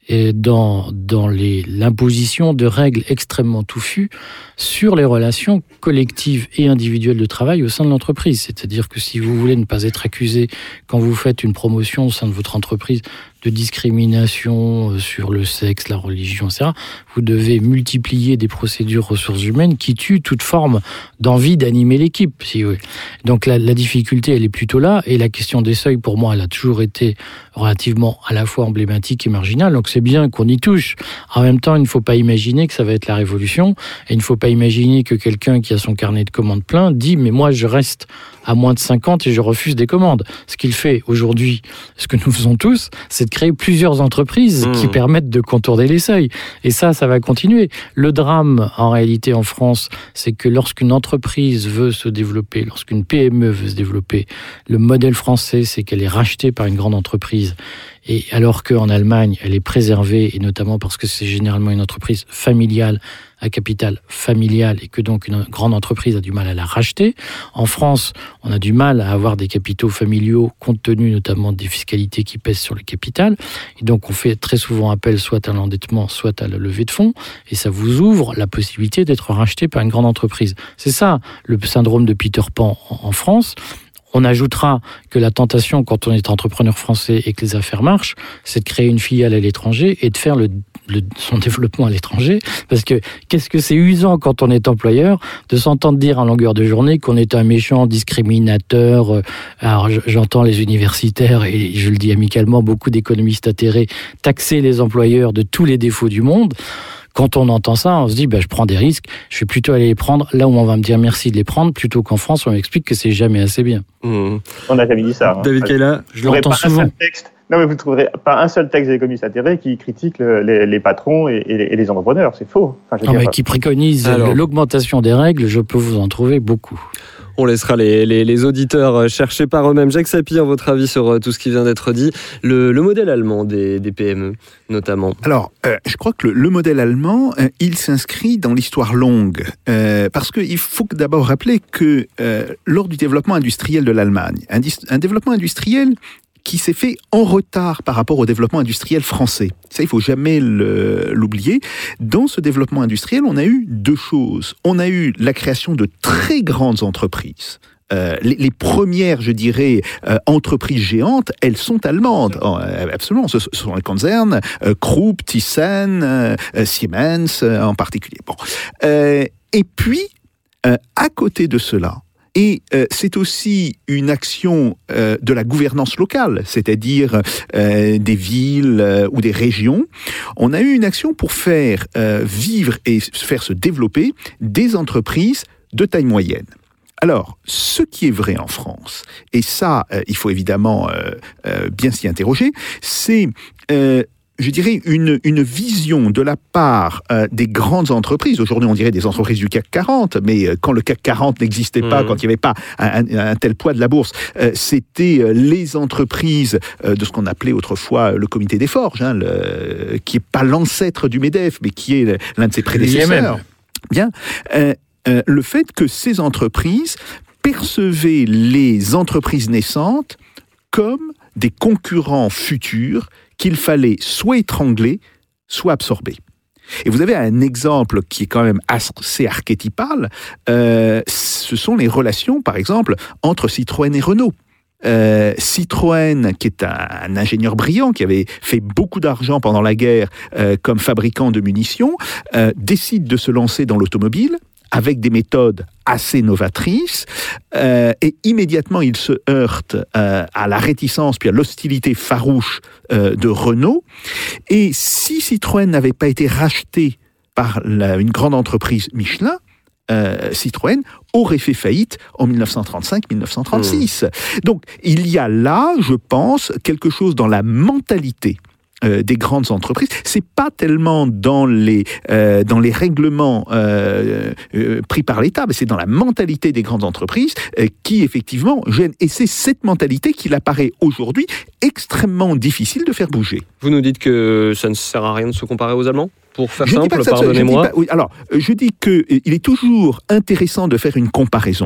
et dans, dans les, l'imposition de règles extrêmement touffues sur les relations collectives et individuelles de travail au sein de l'entreprise. C'est-à-dire que si vous voulez ne pas être accusé quand vous faites une promotion au sein de votre entreprise de discrimination sur le sexe, la religion, et cetera, vous devez multiplier des procédures ressources humaines qui tuent toute forme d'envie d'animer l'équipe. Si oui. Donc la, la difficulté, elle est plutôt là, et la question des seuils, pour moi, elle a toujours été relativement à la fois emblématique et marginale, donc c'est bien qu'on y touche. En même temps, il ne faut pas imaginer que ça va être la révolution, et il ne faut pas imaginer que quelqu'un qui a son carnet de commandes plein dit « mais moi, je reste à moins de cinquante et je refuse des commandes ». Ce qu'il fait aujourd'hui, ce que nous faisons tous, c'est de créer plusieurs entreprises mmh. qui permettent de contourner les seuils. Et ça, ça va continuer. Le drame, en réalité, en France, c'est que lorsqu'une entreprise veut se développer, lorsqu'une P M E veut se développer, le modèle français, c'est qu'elle est rachetée par une grande entreprise. Et alors qu'en Allemagne, elle est préservée, et notamment parce que c'est généralement une entreprise familiale, à capital familial, et que donc une grande entreprise a du mal à la racheter. En France, on a du mal à avoir des capitaux familiaux, compte tenu notamment des fiscalités qui pèsent sur le capital. Et donc on fait très souvent appel soit à l'endettement, soit à la levée de fonds, et ça vous ouvre la possibilité d'être racheté par une grande entreprise. C'est ça, le syndrome de Peter Pan en France. On ajoutera que la tentation, quand on est entrepreneur français et que les affaires marchent, c'est de créer une filiale à l'étranger et de faire le, le, son développement à l'étranger. Parce que qu'est-ce que c'est usant quand on est employeur de s'entendre dire en longueur de journée qu'on est un méchant discriminateur. Alors j'entends les universitaires, et je le dis amicalement, beaucoup d'économistes atterrés, taxer les employeurs de tous les défauts du monde. Quand on entend ça, on se dit bah, je prends des risques, je vais plutôt aller les prendre là où on va me dire merci de les prendre, plutôt qu'en France on m'explique que c'est jamais assez bien. Mmh. On n'a jamais dit ça. Hein. David Kayla, je l'entends souvent. Non, mais vous ne trouverez pas un seul texte des économistes atterrés qui critique le, les, les patrons et, et, les, et les entrepreneurs. C'est faux. Enfin, je non, dire, mais qui préconise Alors, l'augmentation des règles, je peux vous en trouver beaucoup. On laissera les, les, les auditeurs chercher par eux-mêmes. Jacques Sapir, votre avis sur tout ce qui vient d'être dit. Le, le modèle allemand des, des P M E, notamment. Alors, euh, je crois que le, le modèle allemand, euh, il s'inscrit dans l'histoire longue. Euh, parce qu'il faut d'abord rappeler que euh, lors du développement industriel de l'Allemagne, un, un développement industriel qui s'est fait en retard par rapport au développement industriel français. Ça, il ne faut jamais le, l'oublier. Dans ce développement industriel, on a eu deux choses. On a eu la création de très grandes entreprises. Euh, les, les premières, je dirais, euh, entreprises géantes, elles sont allemandes. Oh, absolument, ce, ce sont les concerns, euh, Krupp, Thyssen, euh, Siemens euh, en particulier. Bon. Euh, et puis, euh, à côté de cela, et euh, c'est aussi une action euh, de la gouvernance locale, c'est-à-dire euh, des villes euh, ou des régions. On a eu une action pour faire euh, vivre et faire se développer des entreprises de taille moyenne. Alors, ce qui est vrai en France, et ça, euh, il faut évidemment euh, euh, bien s'y interroger, c'est... Euh, je dirais, une, une vision de la part euh, des grandes entreprises. Aujourd'hui, on dirait des entreprises du C A C quarante, mais euh, quand le C A C quarante n'existait pas, mmh. quand il n'y avait pas un, un, un tel poids de la bourse, euh, c'était euh, les entreprises euh, de ce qu'on appelait autrefois le comité des forges, hein, le, qui n'est pas l'ancêtre du MEDEF, mais qui est l'un de ses prédécesseurs. Bien. Euh, euh, le fait que ces entreprises percevaient les entreprises naissantes comme des concurrents futurs qu'il fallait soit étrangler, soit absorber. Et vous avez un exemple qui est quand même assez archétypal, euh, ce sont les relations, par exemple, entre Citroën et Renault. Euh, Citroën, qui est un, un ingénieur brillant, qui avait fait beaucoup d'argent pendant la guerre euh, comme fabricant de munitions, euh, décide de se lancer dans l'automobile, avec des méthodes assez novatrices, euh, et immédiatement il se heurte euh, à la réticence puis à l'hostilité farouche euh, de Renault. Et si Citroën n'avait pas été racheté par la, une grande entreprise Michelin, euh, Citroën aurait fait faillite en dix-neuf cent trente-cinq dix-neuf cent trente-six. Mmh. Donc il y a là, je pense, quelque chose dans la mentalité Euh, des grandes entreprises. C'est pas tellement dans les euh, dans les règlements euh, euh, pris par l'État, mais c'est dans la mentalité des grandes entreprises euh, qui effectivement gêne. Et c'est cette mentalité qu'il apparaît aujourd'hui extrêmement difficile de faire bouger. Vous nous dites que ça ne sert à rien de se comparer aux Allemands ? Pour faire je simple, pardonnez-moi. Pas, oui, alors, je dis qu'il est toujours intéressant de faire une comparaison.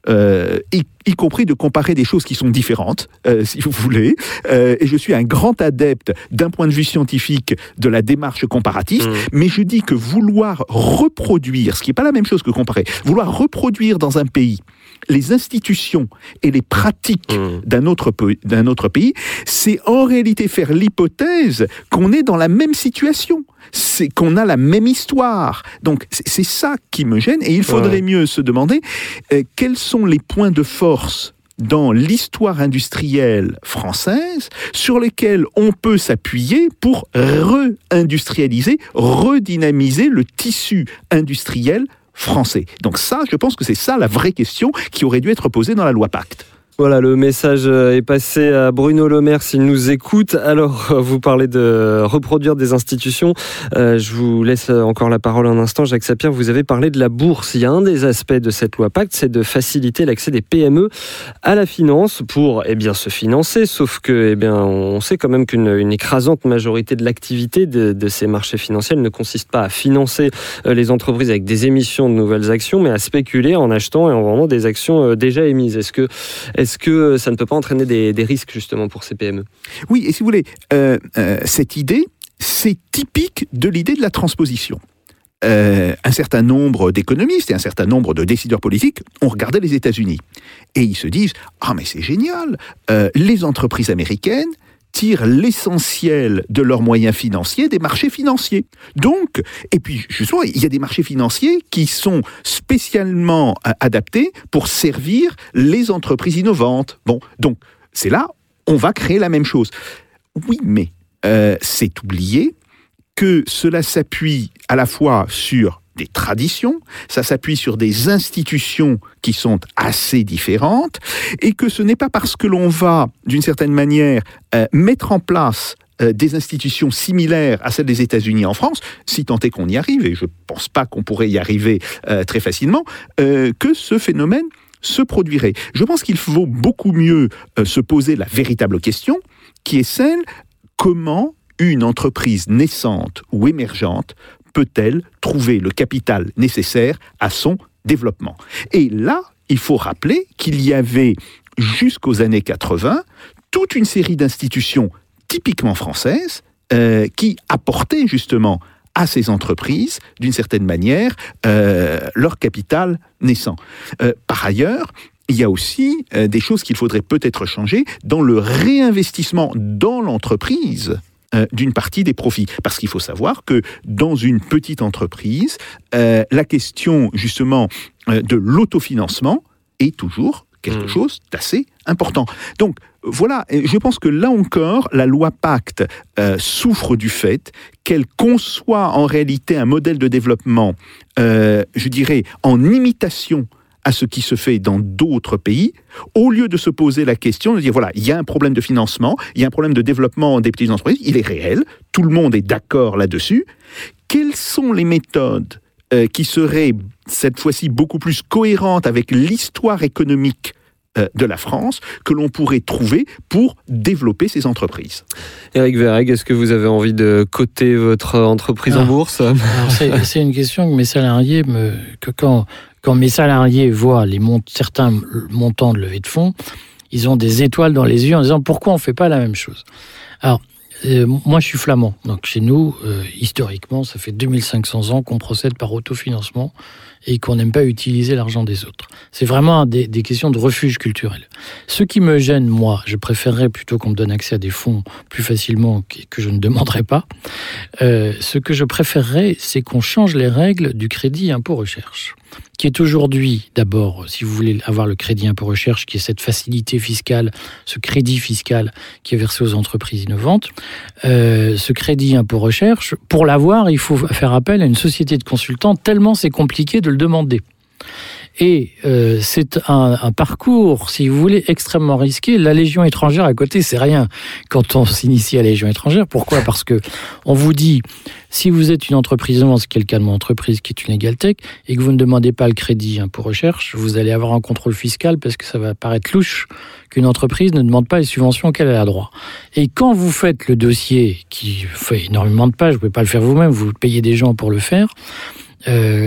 euh, y, y compris de comparer des choses qui sont différentes, euh, si vous voulez. Euh, et je suis un grand adepte, d'un point de vue scientifique, de la démarche comparatiste. Mmh. Mais je dis que vouloir reproduire, ce qui n'est pas la même chose que comparer, vouloir reproduire dans un pays les institutions et les pratiques mmh. d'un autre, d'un autre pays, c'est en réalité faire l'hypothèse qu'on est dans la même situation. C'est qu'on a la même histoire. Donc, c'est, c'est ça qui me gêne. Et il faudrait ouais. mieux se demander euh, quels sont les points de force dans l'histoire industrielle française sur lesquels on peut s'appuyer pour re-industrialiser, redynamiser le tissu industriel français. Donc ça, je pense que c'est ça la vraie question qui aurait dû être posée dans la loi Pacte. Voilà, le message est passé à Bruno Le Maire s'il nous écoute. Alors, vous parlez de reproduire des institutions. Euh, je vous laisse encore la parole un instant. Jacques Sapir, vous avez parlé de la bourse. Il y a un des aspects de cette loi Pacte, c'est de faciliter l'accès des P M E à la finance pour eh bien, se financer. Sauf que, eh bien, on sait quand même qu'une une écrasante majorité de l'activité de, de ces marchés financiers ne consiste pas à financer les entreprises avec des émissions de nouvelles actions, mais à spéculer en achetant et en vendant des actions déjà émises. Est-ce que, Est-ce que ça ne peut pas entraîner des, des risques justement pour ces P M E ? Oui, et si vous voulez, euh, euh, cette idée, c'est typique de l'idée de la transposition. Euh, un certain nombre d'économistes et un certain nombre de décideurs politiques ont regardé les États-Unis. Et ils se disent « Ah mais c'est génial, euh, les entreprises américaines tirent l'essentiel de leurs moyens financiers des marchés financiers. Donc, et puis justement, il y a des marchés financiers qui sont spécialement euh, adaptés pour servir les entreprises innovantes. Bon, donc c'est là, on va créer la même chose. Oui, mais euh, c'est oublier que cela s'appuie à la fois sur des traditions, ça s'appuie sur des institutions qui sont assez différentes, et que ce n'est pas parce que l'on va, d'une certaine manière, euh, mettre en place euh, des institutions similaires à celles des États-Unis en France, si tant est qu'on y arrive, et je ne pense pas qu'on pourrait y arriver euh, très facilement, euh, que ce phénomène se produirait. Je pense qu'il faut beaucoup mieux euh, se poser la véritable question, qui est celle, comment une entreprise naissante ou émergente peut-elle trouver le capital nécessaire à son développement ? Et là, il faut rappeler qu'il y avait, jusqu'aux années quatre-vingts, toute une série d'institutions typiquement françaises euh, qui apportaient justement à ces entreprises, d'une certaine manière, euh, leur capital naissant. Euh, par ailleurs, il y a aussi euh, des choses qu'il faudrait peut-être changer dans le réinvestissement dans l'entreprise d'une partie des profits. Parce qu'il faut savoir que dans une petite entreprise, euh, la question justement euh, de l'autofinancement est toujours quelque mmh. chose d'assez important. Donc voilà, je pense que là encore, la loi Pacte euh, souffre du fait qu'elle conçoit en réalité un modèle de développement, euh, je dirais, en imitation à ce qui se fait dans d'autres pays, au lieu de se poser la question de dire, voilà, il y a un problème de financement, il y a un problème de développement des petites entreprises, il est réel, tout le monde est d'accord là-dessus. Quelles sont les méthodes euh, qui seraient, cette fois-ci, beaucoup plus cohérentes avec l'histoire économique euh, de la France, que l'on pourrait trouver pour développer ces entreprises ? Éric Verhaeghe, est-ce que vous avez envie de coter votre entreprise non. en bourse ? Alors c'est, c'est une question que mes salariés me... Que quand... Quand mes salariés voient les mont- certains montants de levée de fonds, ils ont des étoiles dans les yeux en disant pourquoi on ne fait pas la même chose. Alors, euh, moi je suis flamand, donc chez nous, euh, historiquement, ça fait deux mille cinq cents ans qu'on procède par autofinancement et qu'on n'aime pas utiliser l'argent des autres. C'est vraiment des, des questions de refuge culturel. Ce qui me gêne, moi, je préférerais plutôt qu'on me donne accès à des fonds plus facilement que, que je ne demanderais pas. Euh, ce que je préférerais, c'est qu'on change les règles du crédit impôt recherche, qui est aujourd'hui, d'abord, si vous voulez avoir le crédit impôt recherche, qui est cette facilité fiscale, ce crédit fiscal qui est versé aux entreprises innovantes. Euh, ce crédit impôt recherche, pour l'avoir, il faut faire appel à une société de consultants, tellement c'est compliqué de le demander. Et euh, c'est un, un parcours, si vous voulez, extrêmement risqué. La Légion étrangère à côté, c'est rien quand on s'initie à la Légion étrangère. Pourquoi ? Parce que on vous dit, si vous êtes une entreprise, ce qui est le cas de mon entreprise, qui est une Egaltech, et que vous ne demandez pas le crédit impôt recherche, vous allez avoir un contrôle fiscal parce que ça va paraître louche qu'une entreprise ne demande pas les subventions auxquelles elle a droit. Et quand vous faites le dossier, qui fait énormément de pages, vous ne pouvez pas le faire vous-même, vous payez des gens pour le faire, euh,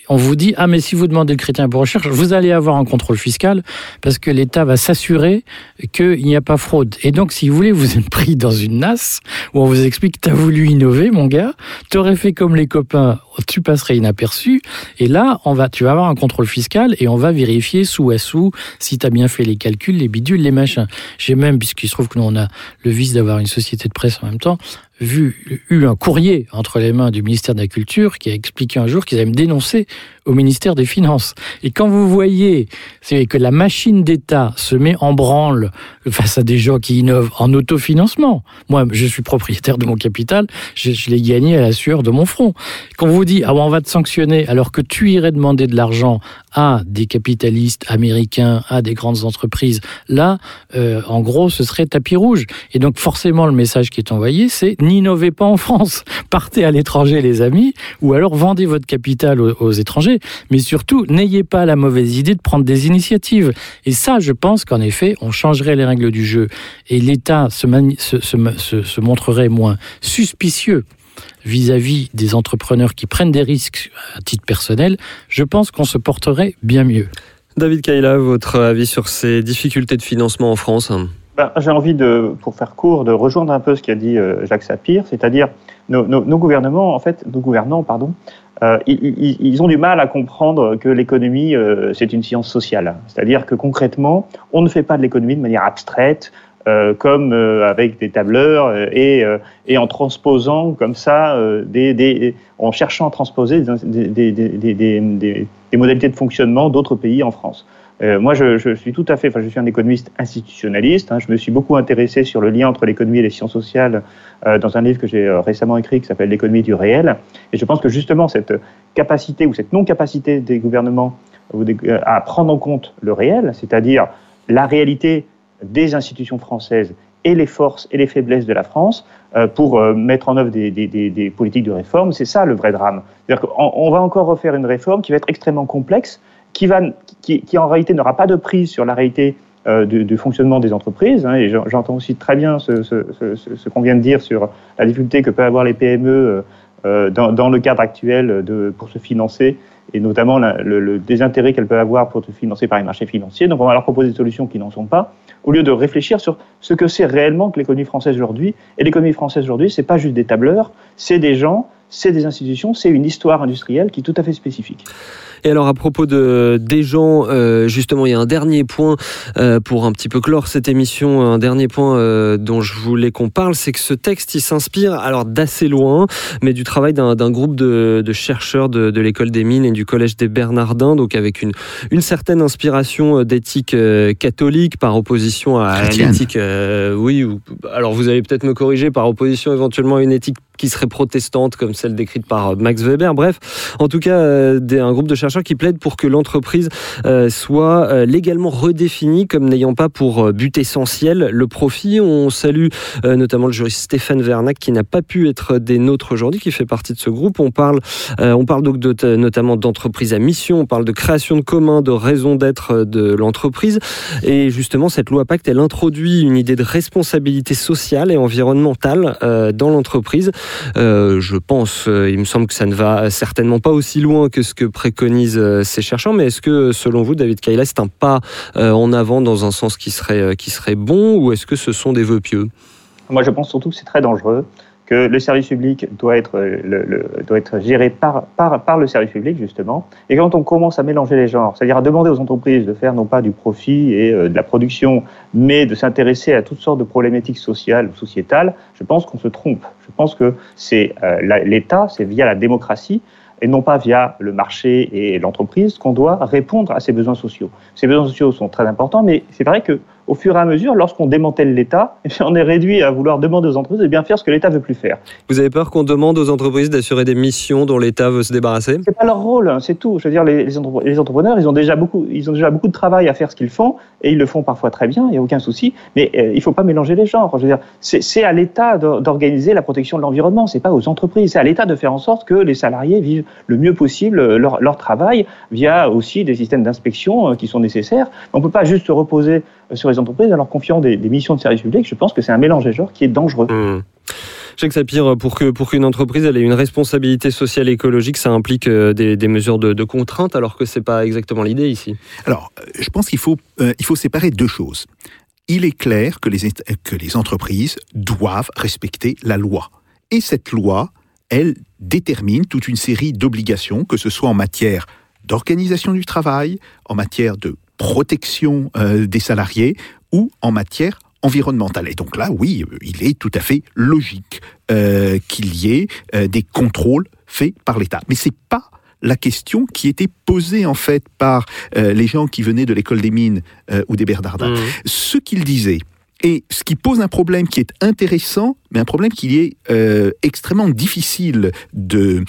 on vous dit, ah mais si vous demandez le crédit impôt recherche, vous allez avoir un contrôle fiscal parce que l'État va s'assurer qu'il n'y a pas fraude. Et donc, si vous voulez, vous êtes pris dans une nasse où on vous explique, t'as voulu innover, mon gars, t'aurais fait comme les copains, tu passerais inaperçu. Et là, on va, tu vas avoir un contrôle fiscal et on va vérifier sous à sous si t'as bien fait les calculs, les bidules, les machins. J'ai même, puisqu'il se trouve que nous, on a le vice d'avoir une société de presse en même temps, vu, eu un courrier entre les mains du ministère de la Culture qui a expliqué un jour qu'ils allaient me dénoncer au ministère des Finances. Et quand vous voyez c'est que la machine d'État se met en branle face à des gens qui innovent en autofinancement, moi je suis propriétaire de mon capital, je, je l'ai gagné à la sueur de mon front. Quand on vous dit ah bon, on va te sanctionner alors que tu irais demander de l'argent à des capitalistes américains, à des grandes entreprises, là euh, en gros ce serait tapis rouge. Et donc forcément le message qui est envoyé c'est n'innovez pas en France, partez à l'étranger les amis, ou alors vendez votre capital aux, aux étrangers, mais surtout n'ayez pas la mauvaise idée de prendre des initiatives. Et ça, je pense qu'en effet, on changerait les règles du jeu et l'État se, mani- se, se, se, se montrerait moins suspicieux vis-à-vis des entrepreneurs qui prennent des risques à titre personnel. Je pense qu'on se porterait bien mieux. David Kayla, votre avis sur ces difficultés de financement en France ? Ben, j'ai envie, de, pour faire court, de rejoindre un peu ce qu'a dit euh, Jacques Sapir, c'est-à-dire nos, nos, nos gouvernements, en fait, nos gouvernants, pardon, euh, ils, ils, ils ont du mal à comprendre que l'économie, euh, c'est une science sociale. C'est-à-dire que concrètement, on ne fait pas de l'économie de manière abstraite, euh, comme euh, avec des tableurs euh, et, euh, et en transposant comme ça, euh, des, des, en cherchant à transposer des, des, des, des, des, des, des modalités de fonctionnement d'autres pays en France. Euh, moi, je, je suis tout à fait, enfin, je suis un économiste institutionnaliste. Hein, je me suis beaucoup intéressé sur le lien entre l'économie et les sciences sociales euh, dans un livre que j'ai euh, récemment écrit qui s'appelle L'économie du réel. Et je pense que justement cette capacité ou cette non-capacité des gouvernements ou des, euh, à prendre en compte le réel, c'est-à-dire la réalité des institutions françaises et les forces et les faiblesses de la France euh, pour euh, mettre en œuvre des, des, des, des politiques de réforme, c'est ça le vrai drame. C'est-à-dire qu'on on va encore refaire une réforme qui va être extrêmement complexe, qui, va, qui, qui en réalité n'aura pas de prise sur la réalité euh, du, du fonctionnement des entreprises. Hein, et j'entends aussi très bien ce, ce, ce, ce qu'on vient de dire sur la difficulté que peuvent avoir les P M E euh, dans, dans le cadre actuel de, pour se financer, et notamment la, le, le désintérêt qu'elles peuvent avoir pour se financer par les marchés financiers. Donc on va leur proposer des solutions qui n'en sont pas, au lieu de réfléchir sur ce que c'est réellement que l'économie française aujourd'hui. Et l'économie française aujourd'hui, c'est pas juste des tableurs, c'est des gens, c'est des institutions, c'est une histoire industrielle qui est tout à fait spécifique. Et alors à propos de, des gens, euh, justement il y a un dernier point euh, pour un petit peu clore cette émission, un dernier point euh, dont je voulais qu'on parle, c'est que ce texte il s'inspire alors d'assez loin, mais du travail d'un, d'un groupe de, de chercheurs de, de l'école des mines et du collège des Bernardins, donc avec une, une certaine inspiration d'éthique euh, catholique par opposition à, à l'éthique, euh, oui, ou, alors vous allez peut-être me corriger, par opposition éventuellement à une éthique qui serait protestante comme celle décrite par Max Weber. Bref, en tout cas, euh, des, un groupe de chercheurs qui plaident pour que l'entreprise euh, soit euh, légalement redéfinie comme n'ayant pas pour euh, but essentiel le profit. On salue euh, notamment le juriste Stéphane Vernac qui n'a pas pu être des nôtres aujourd'hui, qui fait partie de ce groupe. On parle, euh, on parle donc de, notamment d'entreprise à mission, on parle de création de commun, de raison d'être de l'entreprise. Et justement, cette loi Pacte, elle introduit une idée de responsabilité sociale et environnementale euh, dans l'entreprise. Euh, je pense, euh, il me semble que ça ne va certainement pas aussi loin que ce que préconisent euh, ces chercheurs, mais est-ce que, selon vous, David Kayla, c'est un pas euh, en avant dans un sens qui serait, euh, qui serait bon, ou est-ce que ce sont des vœux pieux ? Moi, je pense surtout que c'est très dangereux, que le service public doit être, le, le, doit être géré par, par, par le service public, justement. Et quand on commence à mélanger les genres, c'est-à-dire à demander aux entreprises de faire non pas du profit et euh, de la production, mais de s'intéresser à toutes sortes de problématiques sociales ou sociétales, je pense qu'on se trompe. Je pense que c'est euh, la, l'État, c'est via la démocratie, et non pas via le marché et l'entreprise, qu'on doit répondre à ces besoins sociaux. Ces besoins sociaux sont très importants, mais c'est vrai que au fur et à mesure, lorsqu'on démantèle l'État, eh bien, on est réduit à vouloir demander aux entreprises de bien faire ce que l'État ne veut plus faire. Vous avez peur qu'on demande aux entreprises d'assurer des missions dont l'État veut se débarrasser ? C'est pas leur rôle, c'est tout. Je veux dire, les, les, entrepreneurs, les entrepreneurs, ils ont déjà beaucoup, ils ont déjà beaucoup de travail à faire ce qu'ils font, et ils le font parfois très bien, il n'y a aucun souci. Mais euh, il ne faut pas mélanger les genres. Je veux dire, c'est, c'est à l'État d'organiser la protection de l'environnement. C'est pas aux entreprises. C'est à l'État de faire en sorte que les salariés vivent le mieux possible leur, leur travail via aussi des systèmes d'inspection qui sont nécessaires. On ne peut pas juste se reposer sur les entreprises en leur confiant des, des missions de service public. Je pense que c'est un mélange des genres qui est dangereux. Mmh. Jacques Sapir, pour que pour qu'une entreprise elle ait une responsabilité sociale et écologique, ça implique euh, des, des mesures de, de contrainte, alors que c'est pas exactement l'idée ici. Alors, je pense qu'il faut euh, il faut séparer deux choses. Il est clair que les que les entreprises doivent respecter la loi, et cette loi, elle détermine toute une série d'obligations, que ce soit en matière d'organisation du travail, en matière de protection euh, des salariés ou en matière environnementale. Et donc là, oui, il est tout à fait logique euh, qu'il y ait euh, des contrôles faits par l'État. Mais c'est pas la question qui était posée en fait par euh, les gens qui venaient de l'école des mines euh, ou des Bernardins. Mmh. Ce qu'ils disaient, et ce qui pose un problème qui est intéressant, mais un problème qui est euh, extrêmement difficile de,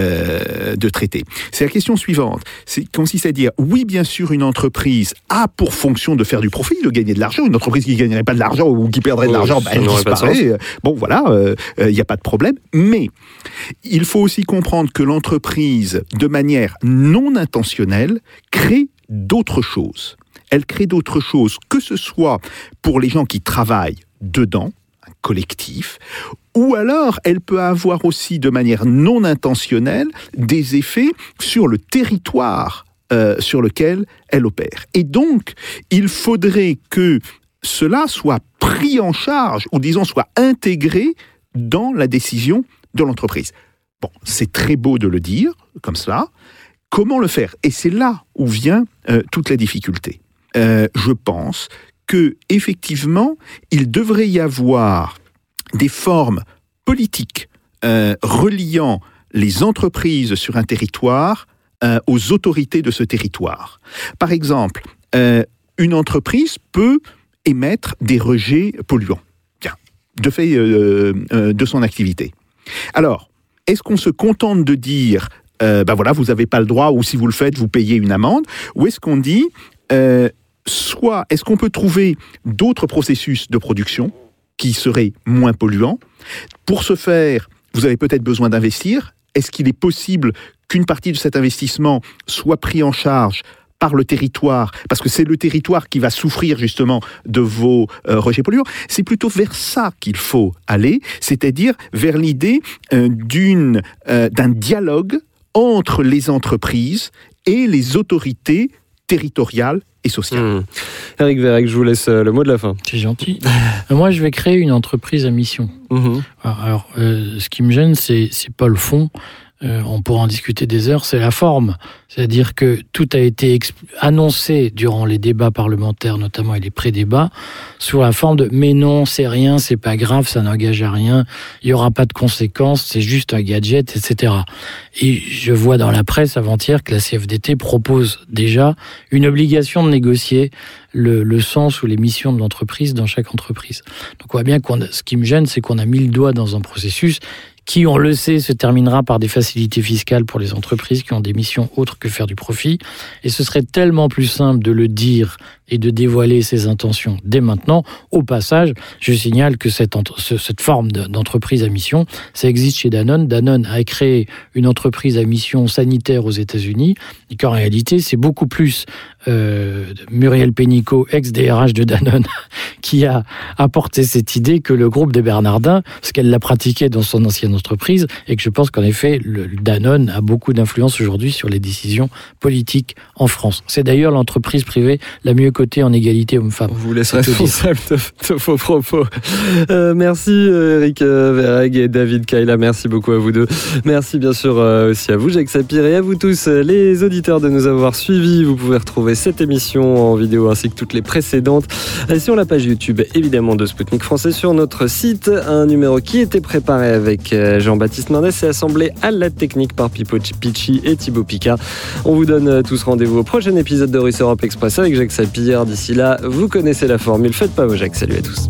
euh, de traiter. C'est la question suivante. C'est consiste à dire, oui, bien sûr, une entreprise a pour fonction de faire du profit, de gagner de l'argent. Une entreprise qui ne gagnerait pas de l'argent ou qui perdrait de l'argent, ben, elle disparaît. Bon, voilà, il euh, n'y euh, a pas de problème. Mais il faut aussi comprendre que l'entreprise, de manière non intentionnelle, crée d'autres choses. Elle crée d'autres choses, que ce soit pour les gens qui travaillent dedans, un collectif, ou alors elle peut avoir aussi de manière non intentionnelle des effets sur le territoire euh, sur lequel elle opère. Et donc, il faudrait que cela soit pris en charge, ou disons soit intégré dans la décision de l'entreprise. Bon, c'est très beau de le dire, comme cela. Comment le faire ? Et c'est là où vient euh, toute la difficulté. Euh, je pense que effectivement, il devrait y avoir des formes politiques euh, reliant les entreprises sur un territoire euh, aux autorités de ce territoire. Par exemple, euh, une entreprise peut émettre des rejets polluants, bien, de fait euh, euh, de son activité. Alors, est-ce qu'on se contente de dire, euh, ben voilà, vous n'avez pas le droit, ou si vous le faites, vous payez une amende, ou est-ce qu'on dit Euh, soit, est-ce qu'on peut trouver d'autres processus de production qui seraient moins polluants ? Pour ce faire, vous avez peut-être besoin d'investir. Est-ce qu'il est possible qu'une partie de cet investissement soit pris en charge par le territoire, parce que c'est le territoire qui va souffrir justement de vos euh, rejets polluants? C'est plutôt vers ça qu'il faut aller, c'est-à-dire vers l'idée euh, d'une, euh, d'un dialogue entre les entreprises et les autorités territoriale et sociale. Mmh. Eric Vérec, je vous laisse le mot de la fin. C'est gentil. Moi, je vais créer une entreprise à mission. Mmh. Alors, euh, ce qui me gêne, c'est, c'est pas le fond. Euh, on pourra en discuter des heures, c'est la forme. C'est-à-dire que tout a été exp- annoncé durant les débats parlementaires, notamment et les pré-débats, sous la forme de « mais non, c'est rien, c'est pas grave, ça n'engage à rien, il y aura pas de conséquences, c'est juste un gadget, et cetera » Et je vois dans la presse avant-hier que la C F D T propose déjà une obligation de négocier le, le sens ou les missions de l'entreprise dans chaque entreprise. Donc on voit bien qu'on a, ce qui me gêne, c'est qu'on a mis le doigt dans un processus qui, on le sait, se terminera par des facilités fiscales pour les entreprises qui ont des missions autres que faire du profit. Et ce serait tellement plus simple de le dire et de dévoiler ses intentions dès maintenant. Au passage, je signale que cette, cette forme d'entreprise à mission, ça existe chez Danone. Danone a créé une entreprise à mission sanitaire aux États-Unis et qu'en réalité, c'est beaucoup plus euh, Muriel Pénicaud, ex-D R H de Danone, qui a apporté cette idée que le groupe des Bernardins, parce qu'elle l'a pratiqué dans son ancienne entreprise, et que je pense qu'en effet, le Danone a beaucoup d'influence aujourd'hui sur les décisions politiques en France. C'est d'ailleurs l'entreprise privée la mieux cotée en égalité homme-femme. On vous laisse responsable de, de vos propos. Euh, merci Eric Vérec et David Kayla, merci beaucoup à vous deux. Merci bien sûr euh, aussi à vous Jacques Sapir et à vous tous les auditeurs de nous avoir suivis. Vous pouvez retrouver cette émission en vidéo ainsi que toutes les précédentes sur la page YouTube évidemment de Spoutnik Français, sur notre site. Un numéro qui était préparé avec Jean-Baptiste Mendes et assemblé à la technique par Pipo Picci et Thibaut Picard. On vous donne tous rendez-vous au prochain épisode de Russe Europe Express avec Jacques Sapir. D'ici là, vous connaissez la formule, faites pas vos Jacques. Salut à tous.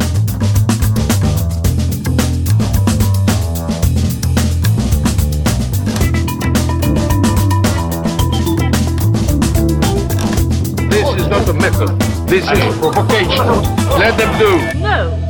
This is not a method. This is a provocation. Let them do. No.